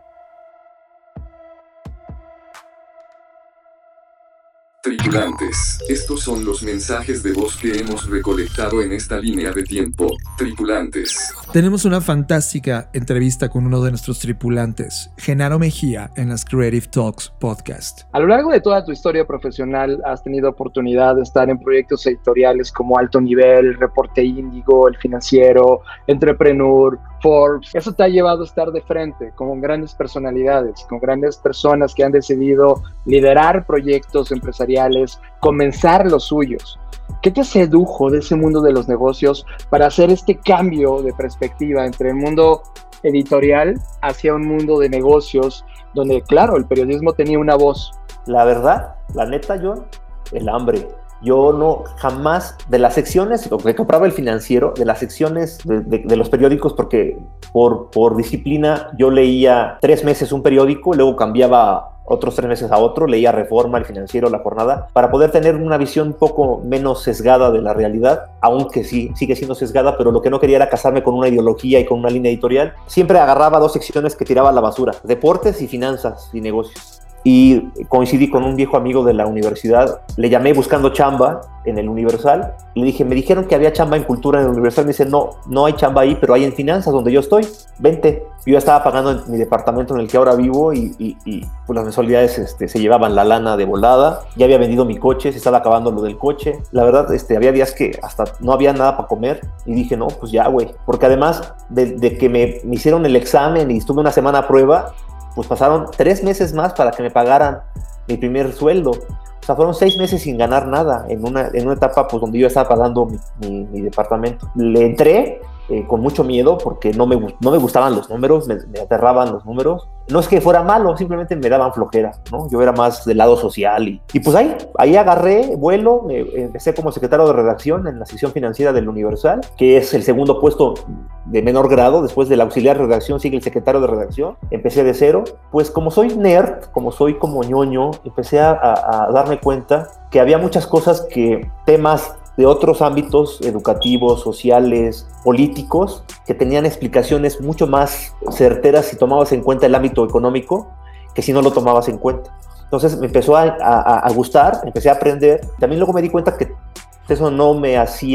Tripulantes, estos son los mensajes de voz que hemos recolectado en esta línea de tiempo. Tripulantes. Tenemos una fantástica entrevista con uno de nuestros tripulantes, Genaro Mejía, en las Creative Talks podcast. A lo largo de toda tu historia profesional has tenido oportunidad de estar en proyectos editoriales como Alto Nivel, Reporte Índigo, El Financiero, Entrepreneur, Forbes. Eso te ha llevado a estar de frente con grandes personalidades, con grandes personas que han decidido liderar proyectos empresariales, comenzar los suyos. ¿Qué te sedujo de ese mundo de los negocios para hacer este cambio de perspectiva entre el mundo editorial hacia un mundo de negocios donde, claro, el periodismo tenía una voz? La verdad, la neta, John, el hambre. Yo no, jamás, de las secciones, lo que compraba El Financiero, de las secciones de los periódicos, porque por disciplina yo leía 3 meses un periódico, luego cambiaba otros 3 meses a otro, leía Reforma, El Financiero, La Jornada, para poder tener una visión un poco menos sesgada de la realidad, aunque sí, sigue siendo sesgada, pero lo que no quería era casarme con una ideología y con una línea editorial. Siempre agarraba 2 secciones que tiraba a la basura, deportes y finanzas y negocios. Y coincidí con un viejo amigo de la universidad, le llamé buscando chamba en el Universal, y le dije, me dijeron que había chamba en cultura en el Universal. Me dice, no hay chamba ahí, pero hay en finanzas donde yo estoy, vente. Yo ya estaba pagando en mi departamento en el que ahora vivo y pues las mensualidades se llevaban la lana de volada. Ya había vendido mi coche, se estaba acabando lo del coche. La verdad, había días que hasta no había nada para comer y dije, no, pues ya, güey. Porque además de que me hicieron el examen y estuve una semana a prueba, pues pasaron 3 meses más para que me pagaran mi primer sueldo. O sea, fueron 6 meses sin ganar nada en una etapa pues, donde yo estaba pagando mi departamento. Le entré con mucho miedo porque no me gustaban los números, me aterraban los números. No es que fuera malo, simplemente me daban flojera, ¿no? Yo era más del lado social y pues ahí agarré vuelo, empecé como secretario de redacción en la sección financiera del Universal, que es el segundo puesto de menor grado, después del auxiliar de redacción sigue el secretario de redacción. Empecé de cero, pues como soy nerd, como soy como ñoño, empecé a darme cuenta que había muchas cosas temas de otros ámbitos educativos, sociales, políticos, que tenían explicaciones mucho más certeras si tomabas en cuenta el ámbito económico que si no lo tomabas en cuenta. Entonces me empezó a gustar, empecé a aprender. También luego me di cuenta que eso no me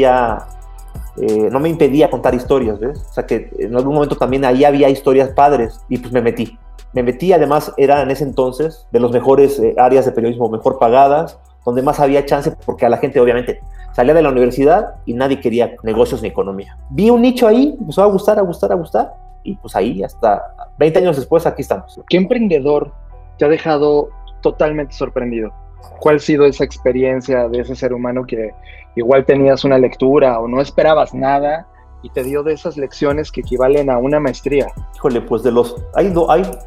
impedía contar historias, ¿ves? O sea que en algún momento también ahí había historias padres y pues me metí, además era en ese entonces de los mejores áreas de periodismo mejor pagadas, donde más había chance porque a la gente obviamente salía de la universidad y nadie quería negocios ni economía. Vi un nicho ahí, empezó a gustar y pues ahí hasta 20 años después aquí estamos. ¿Qué emprendedor te ha dejado totalmente sorprendido? ¿Cuál ha sido esa experiencia de ese ser humano que igual tenías una lectura o no esperabas nada y te dio de esas lecciones que equivalen a una maestría? Híjole, pues hay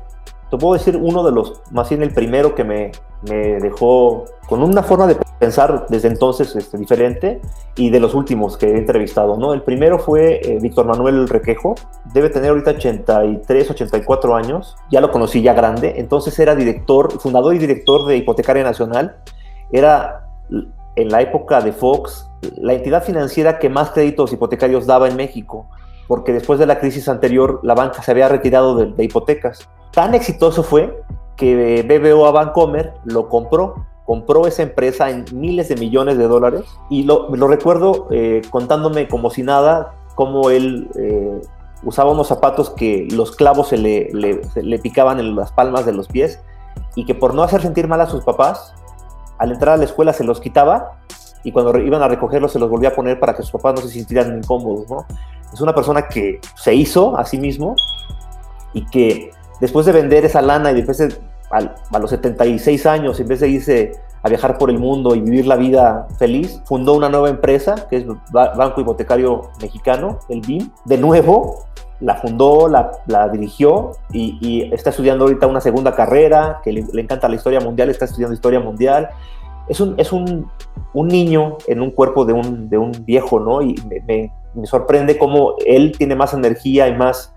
te puedo decir uno de los, más bien el primero que me dejó con una forma de pensar desde entonces diferente, y de los últimos que he entrevistado, ¿no? El primero fue Víctor Manuel Requejo, debe tener ahorita 83, 84 años, ya lo conocí ya grande, entonces era fundador y director de Hipotecaria Nacional, era en la época de Fox la entidad financiera que más créditos hipotecarios daba en México, porque después de la crisis anterior la banca se había retirado de hipotecas. Tan exitoso fue que BBVA Bancomer lo compró esa empresa en miles de millones de dólares, y lo recuerdo contándome como si nada cómo él usaba unos zapatos que los clavos se le picaban en las palmas de los pies, y que por no hacer sentir mal a sus papás, al entrar a la escuela se los quitaba, y cuando iban a recogerlos se los volvía a poner para que sus papás no se sintieran incómodos, ¿no? Es una persona que se hizo a sí mismo, y que después de vender esa lana y después de, a los 76 años, en vez de irse a viajar por el mundo y vivir la vida feliz, fundó una nueva empresa que es Banco Hipotecario Mexicano, el BIM. De nuevo, la fundó, la dirigió, y está estudiando ahorita una segunda carrera, que le encanta la historia mundial, está estudiando historia mundial. Es un niño en un cuerpo de un viejo, ¿no? Y me sorprende cómo él tiene más energía y más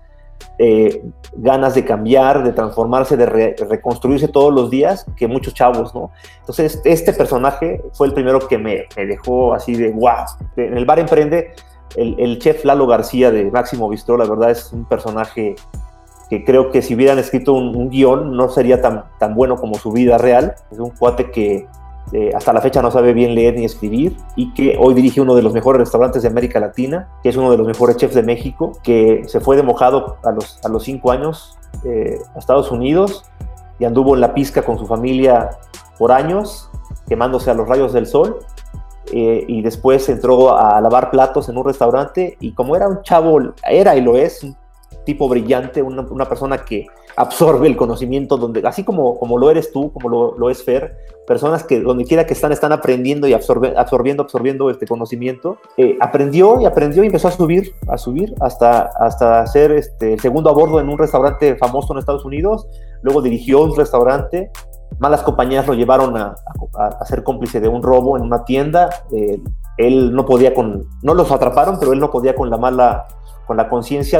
ganas de cambiar, de transformarse, de reconstruirse todos los días que muchos chavos, ¿no? Entonces este personaje fue el primero que me dejó así de wow. En el Bar Emprende, el chef Lalo García de Máximo Bistró, la verdad es un personaje que creo que si hubieran escrito un guión no sería tan bueno como su vida real. Es un cuate que hasta la fecha no sabe bien leer ni escribir, y que hoy dirige uno de los mejores restaurantes de América Latina, que es uno de los mejores chefs de México, que se fue de mojado a los 5 años a Estados Unidos, y anduvo en la pizca con su familia por años, quemándose a los rayos del sol, y después entró a lavar platos en un restaurante, y como era un chavo, era y lo es, un tipo brillante, una persona que absorbe el conocimiento, así como lo eres tú, como lo es Fer, personas que donde quiera que están aprendiendo y absorbiendo este conocimiento. Aprendió y empezó a subir hasta hacer el segundo a bordo en un restaurante famoso en Estados Unidos. Luego dirigió un restaurante. Malas compañías lo llevaron a ser cómplice de un robo en una tienda. Él no podía no los atraparon, pero él no podía con la conciencia.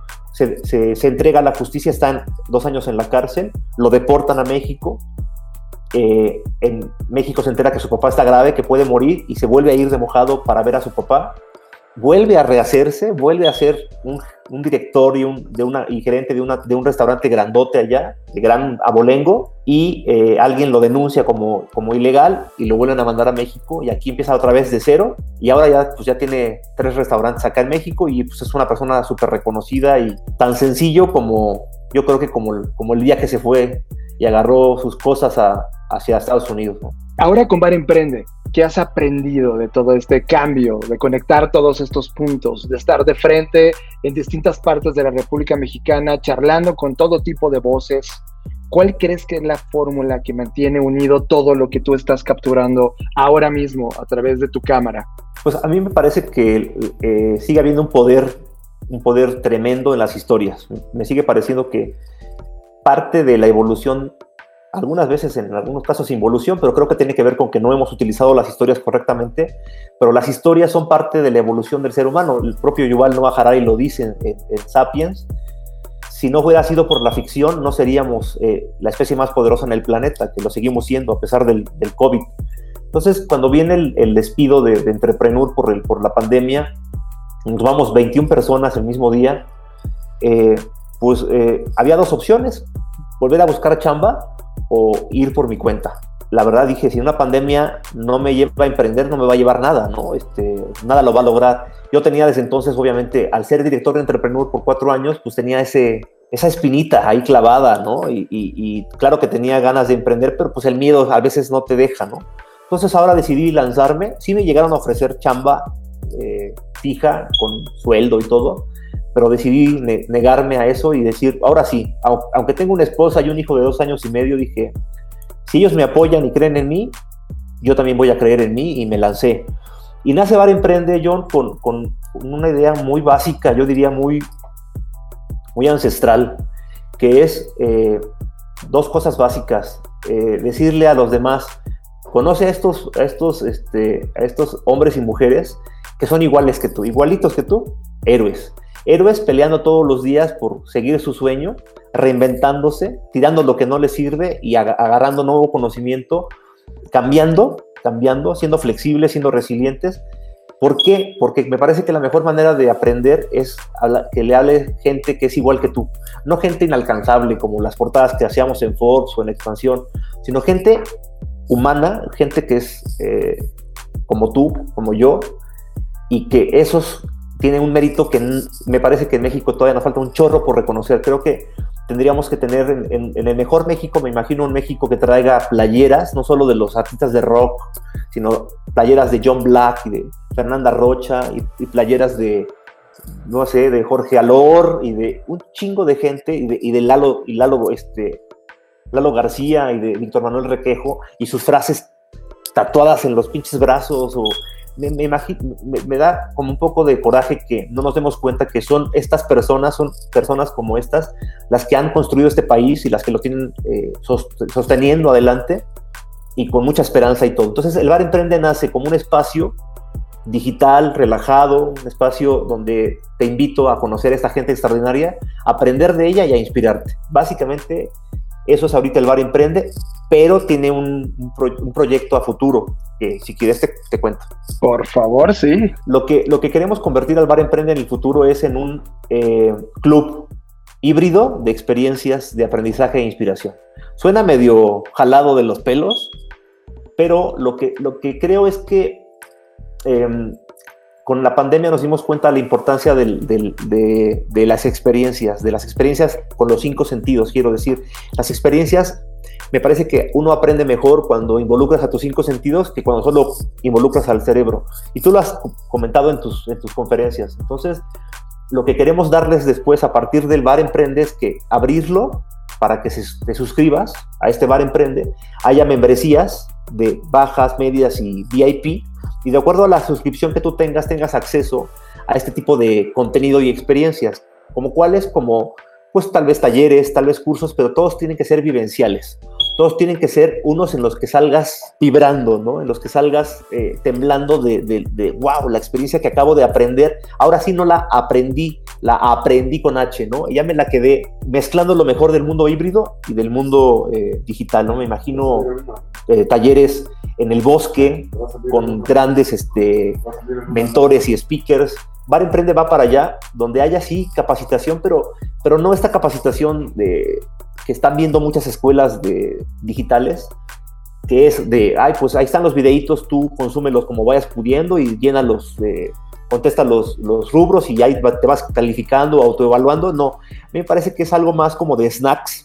Se entrega a la justicia, está 2 años en la cárcel, lo deportan a México. En México se entera que su papá está grave, que puede morir, y se vuelve a ir de mojado para ver a su papá. Vuelve a rehacerse, vuelve a ser un director y gerente de un restaurante grandote allá, de gran abolengo, y alguien lo denuncia como ilegal y lo vuelven a mandar a México, y aquí empieza otra vez de cero, y ahora ya tiene 3 restaurantes acá en México, y pues es una persona súper reconocida, y tan sencillo como, yo creo que como el día que se fue y agarró sus cosas hacia Estados Unidos, ¿no? Ahora con Bar Emprende, ¿qué has aprendido de todo este cambio, de conectar todos estos puntos, de estar de frente en distintas partes de la República Mexicana, charlando con todo tipo de voces? ¿Cuál crees que es la fórmula que mantiene unido todo lo que tú estás capturando ahora mismo a través de tu cámara? Pues a mí me parece que sigue habiendo un poder tremendo en las historias. Me sigue pareciendo que parte de la evolución, algunas veces en algunos casos involución, pero creo que tiene que ver con que no hemos utilizado las historias correctamente, pero las historias son parte de la evolución del ser humano. El propio Yuval Noah Harari lo dice en Sapiens. Si no hubiera sido por la ficción, no seríamos la especie más poderosa en el planeta, que lo seguimos siendo a pesar del COVID. Entonces, cuando viene el despido de Entrepreneur por la pandemia, nos vamos 21 personas el mismo día, había 2 opciones: volver a buscar chamba o ir por mi cuenta. La verdad dije, si una pandemia no me lleva a emprender, no me va a llevar nada, ¿no? Nada lo va a lograr. Yo tenía desde entonces, obviamente, al ser director de Entrepreneur por 4 años, pues tenía esa espinita ahí clavada, ¿no? Y claro que tenía ganas de emprender, pero pues el miedo a veces no te deja, ¿no? Entonces ahora decidí lanzarme. Sí me llegaron a ofrecer chamba fija, con sueldo y todo, pero decidí negarme a eso y decir, ahora sí, aunque tengo una esposa y un hijo de 2 años y medio, dije, si ellos me apoyan y creen en mí, yo también voy a creer en mí, y me lancé. Y nace Bar Emprende, John, con una idea muy básica, yo diría muy ancestral, que es dos cosas básicas. Decirle a los demás, conoce a estos hombres y mujeres que son iguales que tú, igualitos que tú, héroes. Héroes peleando todos los días por seguir su sueño, reinventándose, tirando lo que no les sirve y agarrando nuevo conocimiento, cambiando, siendo flexibles, siendo resilientes. ¿Por qué? Porque me parece que la mejor manera de aprender es que le hable gente que es igual que tú. No gente inalcanzable como las portadas que hacíamos en Forbes o en Expansión, sino gente humana, gente que es como tú, como yo, y que esos tienen un mérito que me parece que en México todavía nos falta un chorro por reconocer. Creo que tendríamos que tener en el mejor México, me imagino un México que traiga playeras, no solo de los artistas de rock, sino playeras de John Black y de Fernanda Rocha y playeras de, no sé, de Jorge Alor y de un chingo de gente y de Lalo García y de Víctor Manuel Requejo y sus frases tatuadas en los pinches brazos. O me da como un poco de coraje que no nos demos cuenta que son personas como estas las que han construido este país y las que lo tienen sosteniendo adelante y con mucha esperanza y todo. Entonces el Bar Emprende nace como un espacio digital, relajado, un espacio donde te invito a conocer a esta gente extraordinaria, a aprender de ella y a inspirarte. Básicamente eso es ahorita el Bar Emprende, pero tiene un proyecto a futuro, que si quieres te cuento. Por favor, sí. Lo que queremos convertir al Bar Emprende en el futuro es en un club híbrido de experiencias de aprendizaje e inspiración. Suena medio jalado de los pelos, pero lo que creo es que con la pandemia nos dimos cuenta de la importancia de las experiencias con los 5 sentidos, quiero decir. Las experiencias, me parece que uno aprende mejor cuando involucras a tus 5 sentidos que cuando solo involucras al cerebro. Y tú lo has comentado en tus conferencias. Entonces, lo que queremos darles después a partir del Bar Emprende es que abrirlo para que te suscribas a este Bar Emprende, haya membresías de bajas, medias y VIP, y de acuerdo a la suscripción que tú tengas acceso a este tipo de contenido y experiencias, como cuáles, como pues tal vez talleres, tal vez cursos, pero todos tienen que ser vivenciales, todos tienen que ser unos en los que salgas vibrando, ¿no? En los que salgas temblando de wow, la experiencia que acabo de aprender, ahora sí no la aprendí con H, ¿no? Y ya me la quedé mezclando lo mejor del mundo híbrido y del mundo digital, ¿no? Me imagino talleres en el bosque con grandes mentores y speakers. Bar Emprende va para allá, donde haya sí capacitación, pero no esta capacitación que están viendo muchas escuelas digitales, que es pues ahí están los videitos, tú consúmelos como vayas pudiendo y llénalos, contesta los rubros y ahí te vas calificando, autoevaluando. No, me parece que es algo más como de snacks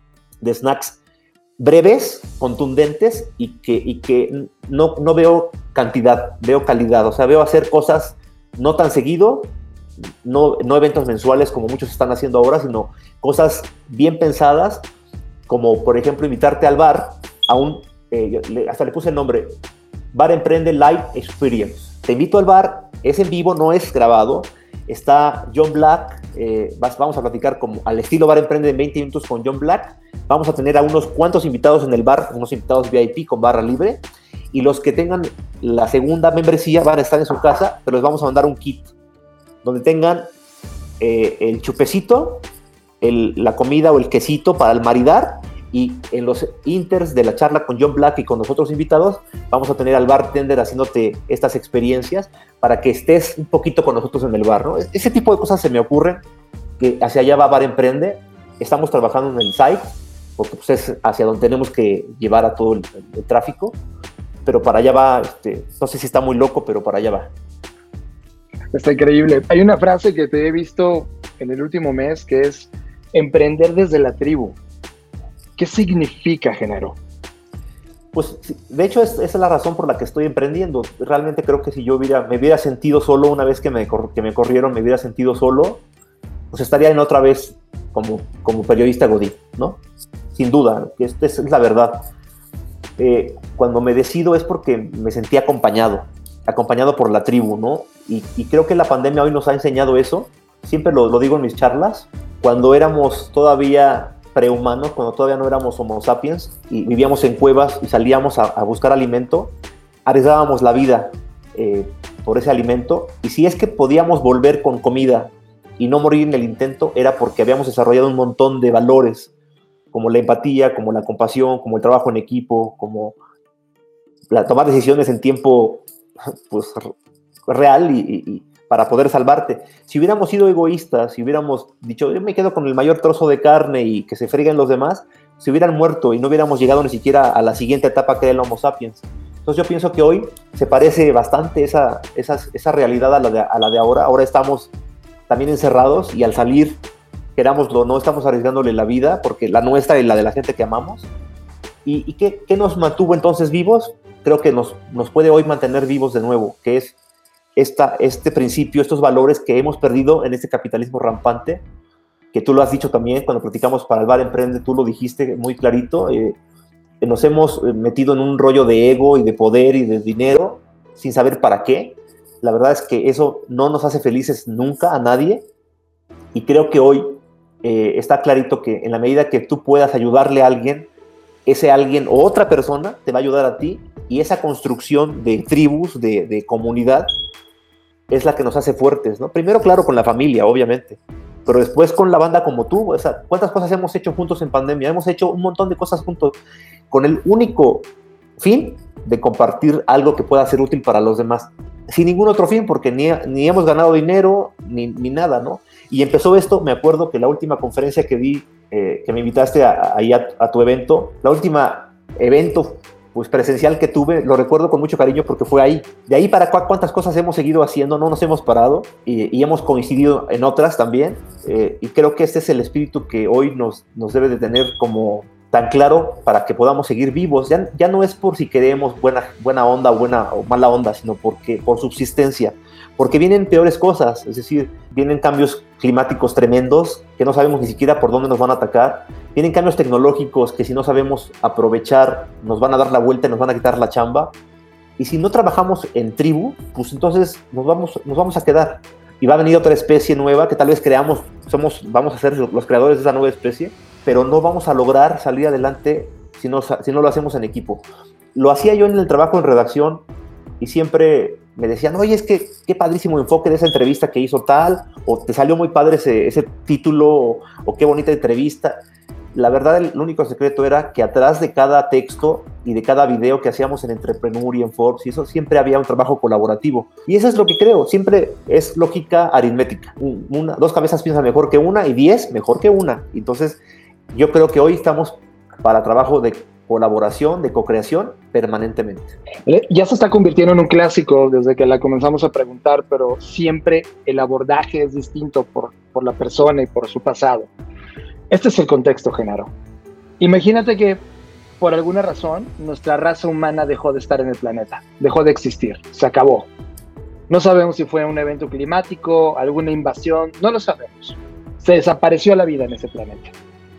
breves, contundentes y que no veo cantidad, veo calidad. O sea, veo hacer cosas no tan seguido, no eventos mensuales como muchos están haciendo ahora, sino cosas bien pensadas, como por ejemplo invitarte al bar hasta le puse el nombre, Bar Emprende Live Experience. Te invito al bar, es en vivo, no es grabado. Está John Black, vamos a platicar como al estilo Bar Emprende en 20 minutos con John Black. Vamos a tener a unos cuantos invitados en el bar, unos invitados VIP con barra libre, y los que tengan la segunda membresía van a estar en su casa, pero les vamos a mandar un kit donde tengan el chupecito, la comida o el quesito para el maridar, y en los inters de la charla con John Black y con los otros invitados vamos a tener al bartender haciéndote estas experiencias para que estés un poquito con nosotros en el bar, ¿no? Ese tipo de cosas se me ocurren, que hacia allá va Bar Emprende. Estamos trabajando en el site porque pues, es hacia donde tenemos que llevar a todo el tráfico, pero para allá va, no sé si está muy loco, pero para allá va. Está increíble. Hay una frase que te he visto en el último mes que es emprender desde la tribu. ¿Qué significa, Genaro? Pues, de hecho, esa es la razón por la que estoy emprendiendo. Realmente creo que si yo me hubiera sentido solo una vez que me corrieron, me hubiera sentido solo, pues estaría en otra vez como periodista godín, ¿no? Sin duda, esta es la verdad. Cuando me decido es porque me sentí acompañado por la tribu, ¿no? Y creo que la pandemia hoy nos ha enseñado eso. Siempre lo digo en mis charlas. Cuando éramos todavía prehumanos, cuando todavía no éramos Homo sapiens y vivíamos en cuevas y salíamos a buscar alimento, arriesgábamos la vida por ese alimento, y si es que podíamos volver con comida y no morir en el intento, era porque habíamos desarrollado un montón de valores, como la empatía, como la compasión, como el trabajo en equipo, como tomar decisiones en tiempo pues, real y para poder salvarte. Si hubiéramos sido egoístas, si hubiéramos dicho, yo me quedo con el mayor trozo de carne y que se freguen los demás, se hubieran muerto y no hubiéramos llegado ni siquiera a la siguiente etapa que era el Homo sapiens. Entonces yo pienso que hoy se parece bastante esa realidad a la de ahora. Ahora estamos también encerrados y al salir, querámoslo, no estamos arriesgándole la vida, porque la nuestra y la de la gente que amamos. ¿Y qué nos mantuvo entonces vivos? Creo que nos puede hoy mantener vivos de nuevo, que es este principio, estos valores que hemos perdido en este capitalismo rampante, que tú lo has dicho también cuando platicamos para el Bar Emprende, tú lo dijiste muy clarito, nos hemos metido en un rollo de ego y de poder y de dinero sin saber para qué. La verdad es que eso no nos hace felices nunca a nadie, y creo que hoy está clarito que en la medida que tú puedas ayudarle a alguien, ese alguien o otra persona te va a ayudar a ti, y esa construcción de tribus, de comunidad, es la que nos hace fuertes, ¿no? Primero, claro, con la familia, obviamente, pero después con la banda como tú. O sea, ¿cuántas cosas hemos hecho juntos en pandemia? Hemos hecho un montón de cosas juntos con el único fin de compartir algo que pueda ser útil para los demás, sin ningún otro fin, porque ni hemos ganado dinero, ni nada, ¿no? Y empezó esto, me acuerdo que la última conferencia que di, que me invitaste ahí a tu evento, la última evento pues presencial que tuve, lo recuerdo con mucho cariño porque fue ahí. De ahí para acá, cuántas cosas hemos seguido haciendo, no nos hemos parado, y hemos coincidido en otras también, y creo que este es el espíritu que hoy nos debe de tener como tan claro para que podamos seguir vivos. Ya no es por si queremos buena onda o mala onda, sino por subsistencia, porque vienen peores cosas, es decir, vienen cambios climáticos tremendos que no sabemos ni siquiera por dónde nos van a atacar, vienen cambios tecnológicos que si no sabemos aprovechar nos van a dar la vuelta y nos van a quitar la chamba, y si no trabajamos en tribu, pues entonces nos vamos a quedar, y va a venir otra especie nueva que tal vez vamos a ser los creadores de esa nueva especie, pero no vamos a lograr salir adelante si no lo hacemos en equipo. Lo hacía yo en el trabajo en redacción, y siempre me decían, oye, es que qué padrísimo enfoque de esa entrevista que hizo tal, o te salió muy padre ese título, o qué bonita entrevista. La verdad, el único secreto era que atrás de cada texto y de cada video que hacíamos en Entrepreneur y en Forbes, y eso, siempre había un trabajo colaborativo. Y eso es lo que creo, siempre es lógica aritmética. Dos cabezas piensan mejor que una, y 10 mejor que una. Entonces, yo creo que hoy estamos para trabajo de colaboración, de co-creación permanentemente. Ya se está convirtiendo en un clásico desde que la comenzamos a preguntar, pero siempre el abordaje es distinto por la persona y por su pasado. Este es el contexto, Genaro. Imagínate que por alguna razón nuestra raza humana dejó de estar en el planeta, dejó de existir, se acabó. No sabemos si fue un evento climático, alguna invasión, no lo sabemos. Se desapareció la vida en ese planeta.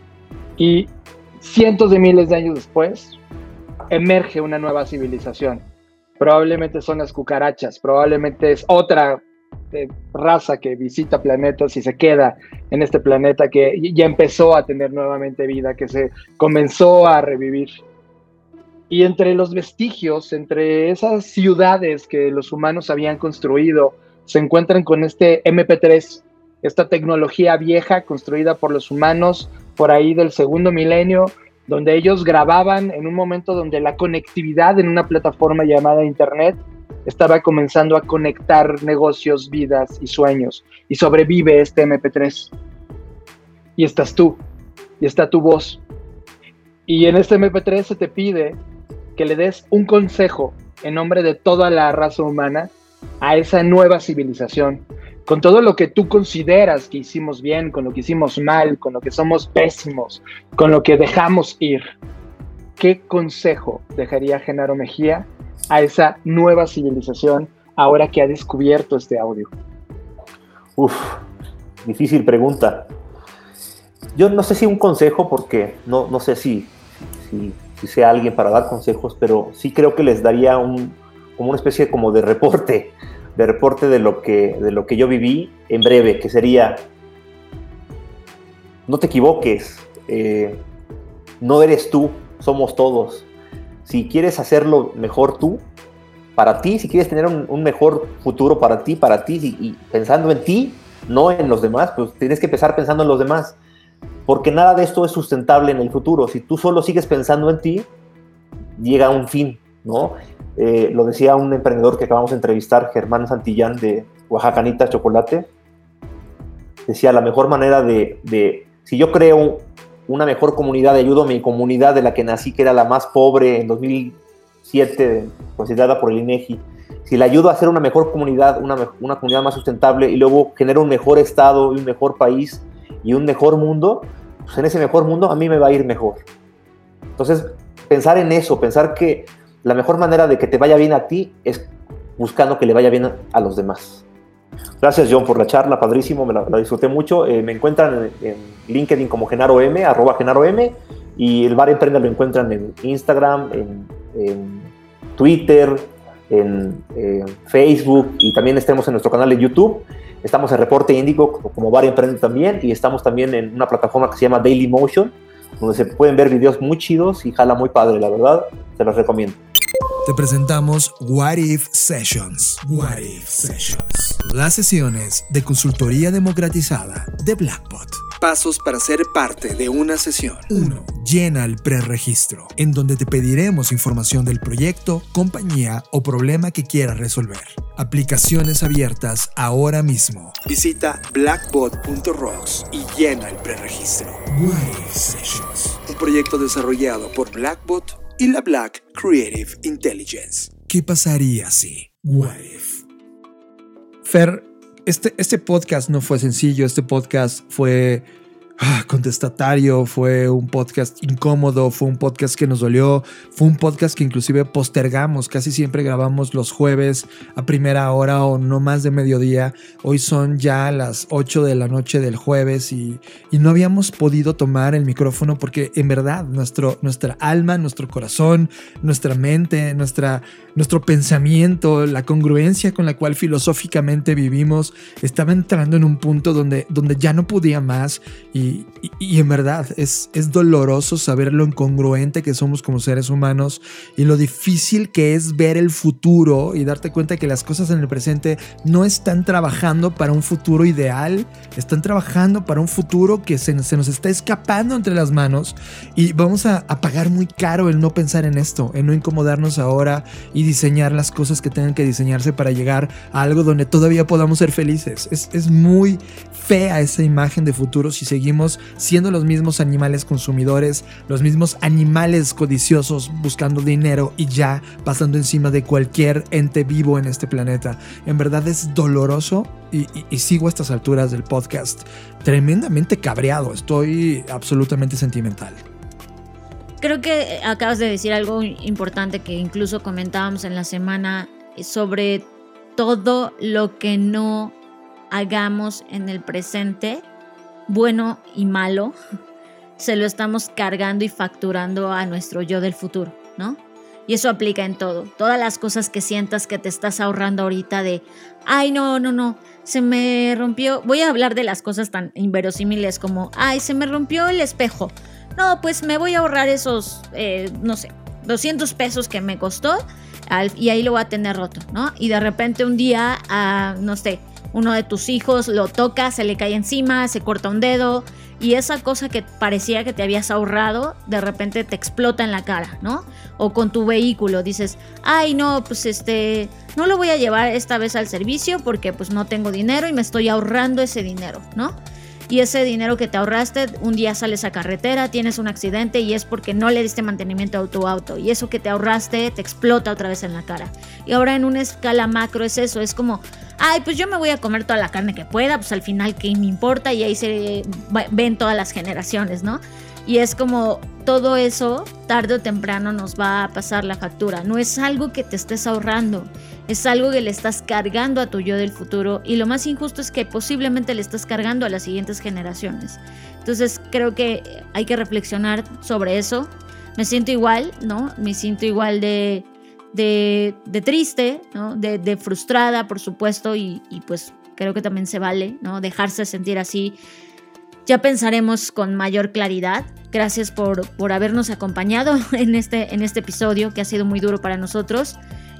Y cientos de miles de años después, emerge una nueva civilización. Probablemente son las cucarachas, probablemente es otra raza que visita planetas y se queda en este planeta que ya empezó a tener nuevamente vida, que se comenzó a revivir. Y entre los vestigios, entre esas ciudades que los humanos habían construido, se encuentran con este MP3, esta tecnología vieja construida por los humanos por ahí del segundo milenio, donde ellos grababan en un momento donde la conectividad en una plataforma llamada Internet estaba comenzando a conectar negocios, vidas y sueños, y sobrevive este MP3. Y estás tú, y está tu voz. Y en este MP3 se te pide que le des un consejo en nombre de toda la raza humana a esa nueva civilización, con todo lo que tú consideras que hicimos bien, con lo que hicimos mal, con lo que somos pésimos, con lo que dejamos ir. ¿Qué consejo dejaría Genaro Mejía a esa nueva civilización ahora que ha descubierto este audio? Difícil pregunta. Yo no sé si un consejo, porque no sé si sea alguien para dar consejos, pero sí creo que les daría como una especie como de reporte de lo que yo viví en breve, que sería: no te equivoques, no eres tú, somos todos. Si quieres hacerlo mejor tú, para ti, si quieres tener un mejor futuro para ti, y pensando en ti, no en los demás, pues tienes que empezar pensando en los demás, porque nada de esto es sustentable en el futuro. Si tú solo sigues pensando en ti, llega a un fin, ¿no? Lo decía un emprendedor que acabamos de entrevistar, Germán Santillán, de Oaxacanita Chocolate. Decía, la mejor manera si yo creo una mejor comunidad, ayudo a mi comunidad de la que nací, que era la más pobre en 2007, considerada por el INEGI, si le ayudo a hacer una mejor comunidad, una comunidad más sustentable, y luego genero un mejor estado, y un mejor país, y un mejor mundo, pues en ese mejor mundo a mí me va a ir mejor. Entonces, pensar en eso, pensar que la mejor manera de que te vaya bien a ti es buscando que le vaya bien a los demás. Gracias, John, por la charla, padrísimo, me la disfruté mucho. Me encuentran en LinkedIn como Genaro M, @Genaro M, y el Bar Emprende lo encuentran en Instagram, en Twitter, en Facebook, y también estamos en nuestro canal de YouTube. Estamos en Reporte Índigo como Bar Emprende también, y estamos también en una plataforma que se llama Dailymotion, donde se pueden ver videos muy chidos y jala muy padre, la verdad, se los recomiendo. Te presentamos What If Sessions. What If Sessions. Las sesiones de consultoría democratizada de Blackbot. Pasos para ser parte de una sesión. 1. Llena el preregistro, en donde te pediremos información del proyecto, compañía o problema que quieras resolver. Aplicaciones abiertas ahora mismo. Visita blackbot.rocks y llena el preregistro. What If Sessions. Un proyecto desarrollado por Blackbot y la Black Creative Intelligence. ¿Qué pasaría si? What If. Fer, este podcast no fue sencillo, este podcast fue contestatario, fue un podcast incómodo, fue un podcast que nos dolió, fue un podcast que inclusive postergamos. Casi siempre grabamos los jueves a primera hora o no más de mediodía. Hoy son ya las 8 de la noche del jueves y no habíamos podido tomar el micrófono porque en verdad nuestra alma, nuestro corazón, nuestra mente, nuestro pensamiento, la congruencia con la cual filosóficamente vivimos estaba entrando en un punto donde ya no podía más y en verdad es doloroso saber lo incongruente que somos como seres humanos y lo difícil que es ver el futuro y darte cuenta que las cosas en el presente no están trabajando para un futuro ideal, están trabajando para un futuro que se nos está escapando entre las manos y vamos a pagar muy caro el no pensar en esto, en no incomodarnos ahora y diseñar las cosas que tengan que diseñarse para llegar a algo donde todavía podamos ser felices. Es muy fea esa imagen de futuro si seguimos siendo los mismos animales consumidores, los mismos animales codiciosos buscando dinero y ya pasando encima de cualquier ente vivo en este planeta. En verdad es doloroso y sigo a estas alturas del podcast tremendamente cabreado. Estoy absolutamente sentimental. Creo que acabas de decir algo importante que incluso comentábamos en la semana sobre todo lo que no hagamos en el presente, bueno y malo, se lo estamos cargando y facturando a nuestro yo del futuro, ¿no? Y eso aplica en todo. Todas las cosas que sientas que te estás ahorrando ahorita de, ay, no, se me rompió. Voy a hablar de las cosas tan inverosímiles como, ay, se me rompió el espejo. No, pues me voy a ahorrar esos, 200 pesos que me costó y ahí lo voy a tener roto, ¿no? Y de repente un día, uno de tus hijos lo toca, se le cae encima, se corta un dedo y esa cosa que parecía que te habías ahorrado, de repente te explota en la cara, ¿no? O con tu vehículo dices, ay, no, pues no lo voy a llevar esta vez al servicio porque pues no tengo dinero y me estoy ahorrando ese dinero, ¿no? Y ese dinero que te ahorraste, un día sales a carretera, tienes un accidente y es porque no le diste mantenimiento a tu auto. Y eso que te ahorraste te explota otra vez en la cara. Y ahora en una escala macro es eso, es como, ay, pues yo me voy a comer toda la carne que pueda, pues al final qué me importa y ahí se ven todas las generaciones, ¿no? Y es como todo eso, tarde o temprano nos va a pasar la factura. No es algo que te estés ahorrando, es algo que le estás cargando a tu yo del futuro y lo más injusto es que posiblemente le estás cargando a las siguientes generaciones. Entonces creo que hay que reflexionar sobre eso. Me siento igual, ¿no? Me siento igual de triste, ¿no? De frustrada, por supuesto, y pues creo que también se vale, ¿no? Dejarse sentir así. ya pensaremos con mayor claridad. Gracias por habernos acompañado en este episodio que ha sido muy duro para nosotros.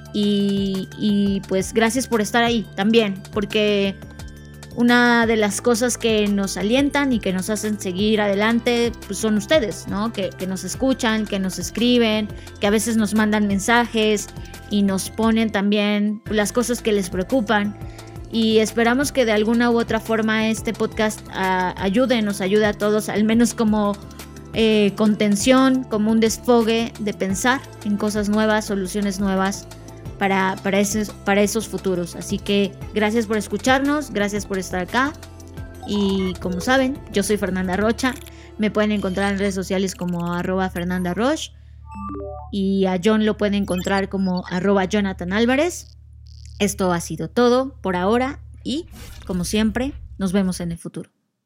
Y pues gracias por estar ahí también, porque una de las cosas que nos alientan y que nos hacen seguir adelante pues son ustedes, ¿no? Que nos escuchan, que nos escriben, que a veces nos mandan mensajes y nos ponen también las cosas que les preocupan. Y esperamos que de alguna u otra forma este podcast nos ayude a todos, al menos como contención, como un desfogue de pensar en cosas nuevas, soluciones nuevas para esos futuros. Así que gracias por escucharnos, gracias por estar acá. Y como saben, yo soy Fernanda Rocha. Me pueden encontrar en redes sociales como @FernandaRoche. Y a John lo pueden encontrar como @JonathanAlvarez. Esto ha sido todo por ahora y, como siempre, nos vemos en el futuro.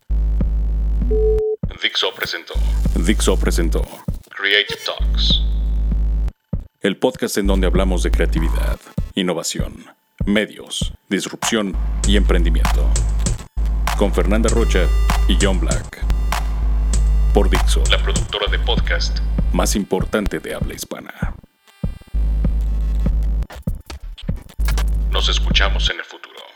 Dixo presentó Creative Talks, el podcast en donde hablamos de creatividad, innovación, medios, disrupción y emprendimiento, con Fernanda Rocha y John Black, por Dixo, la productora de podcast más importante de habla hispana. Nos escuchamos en el futuro.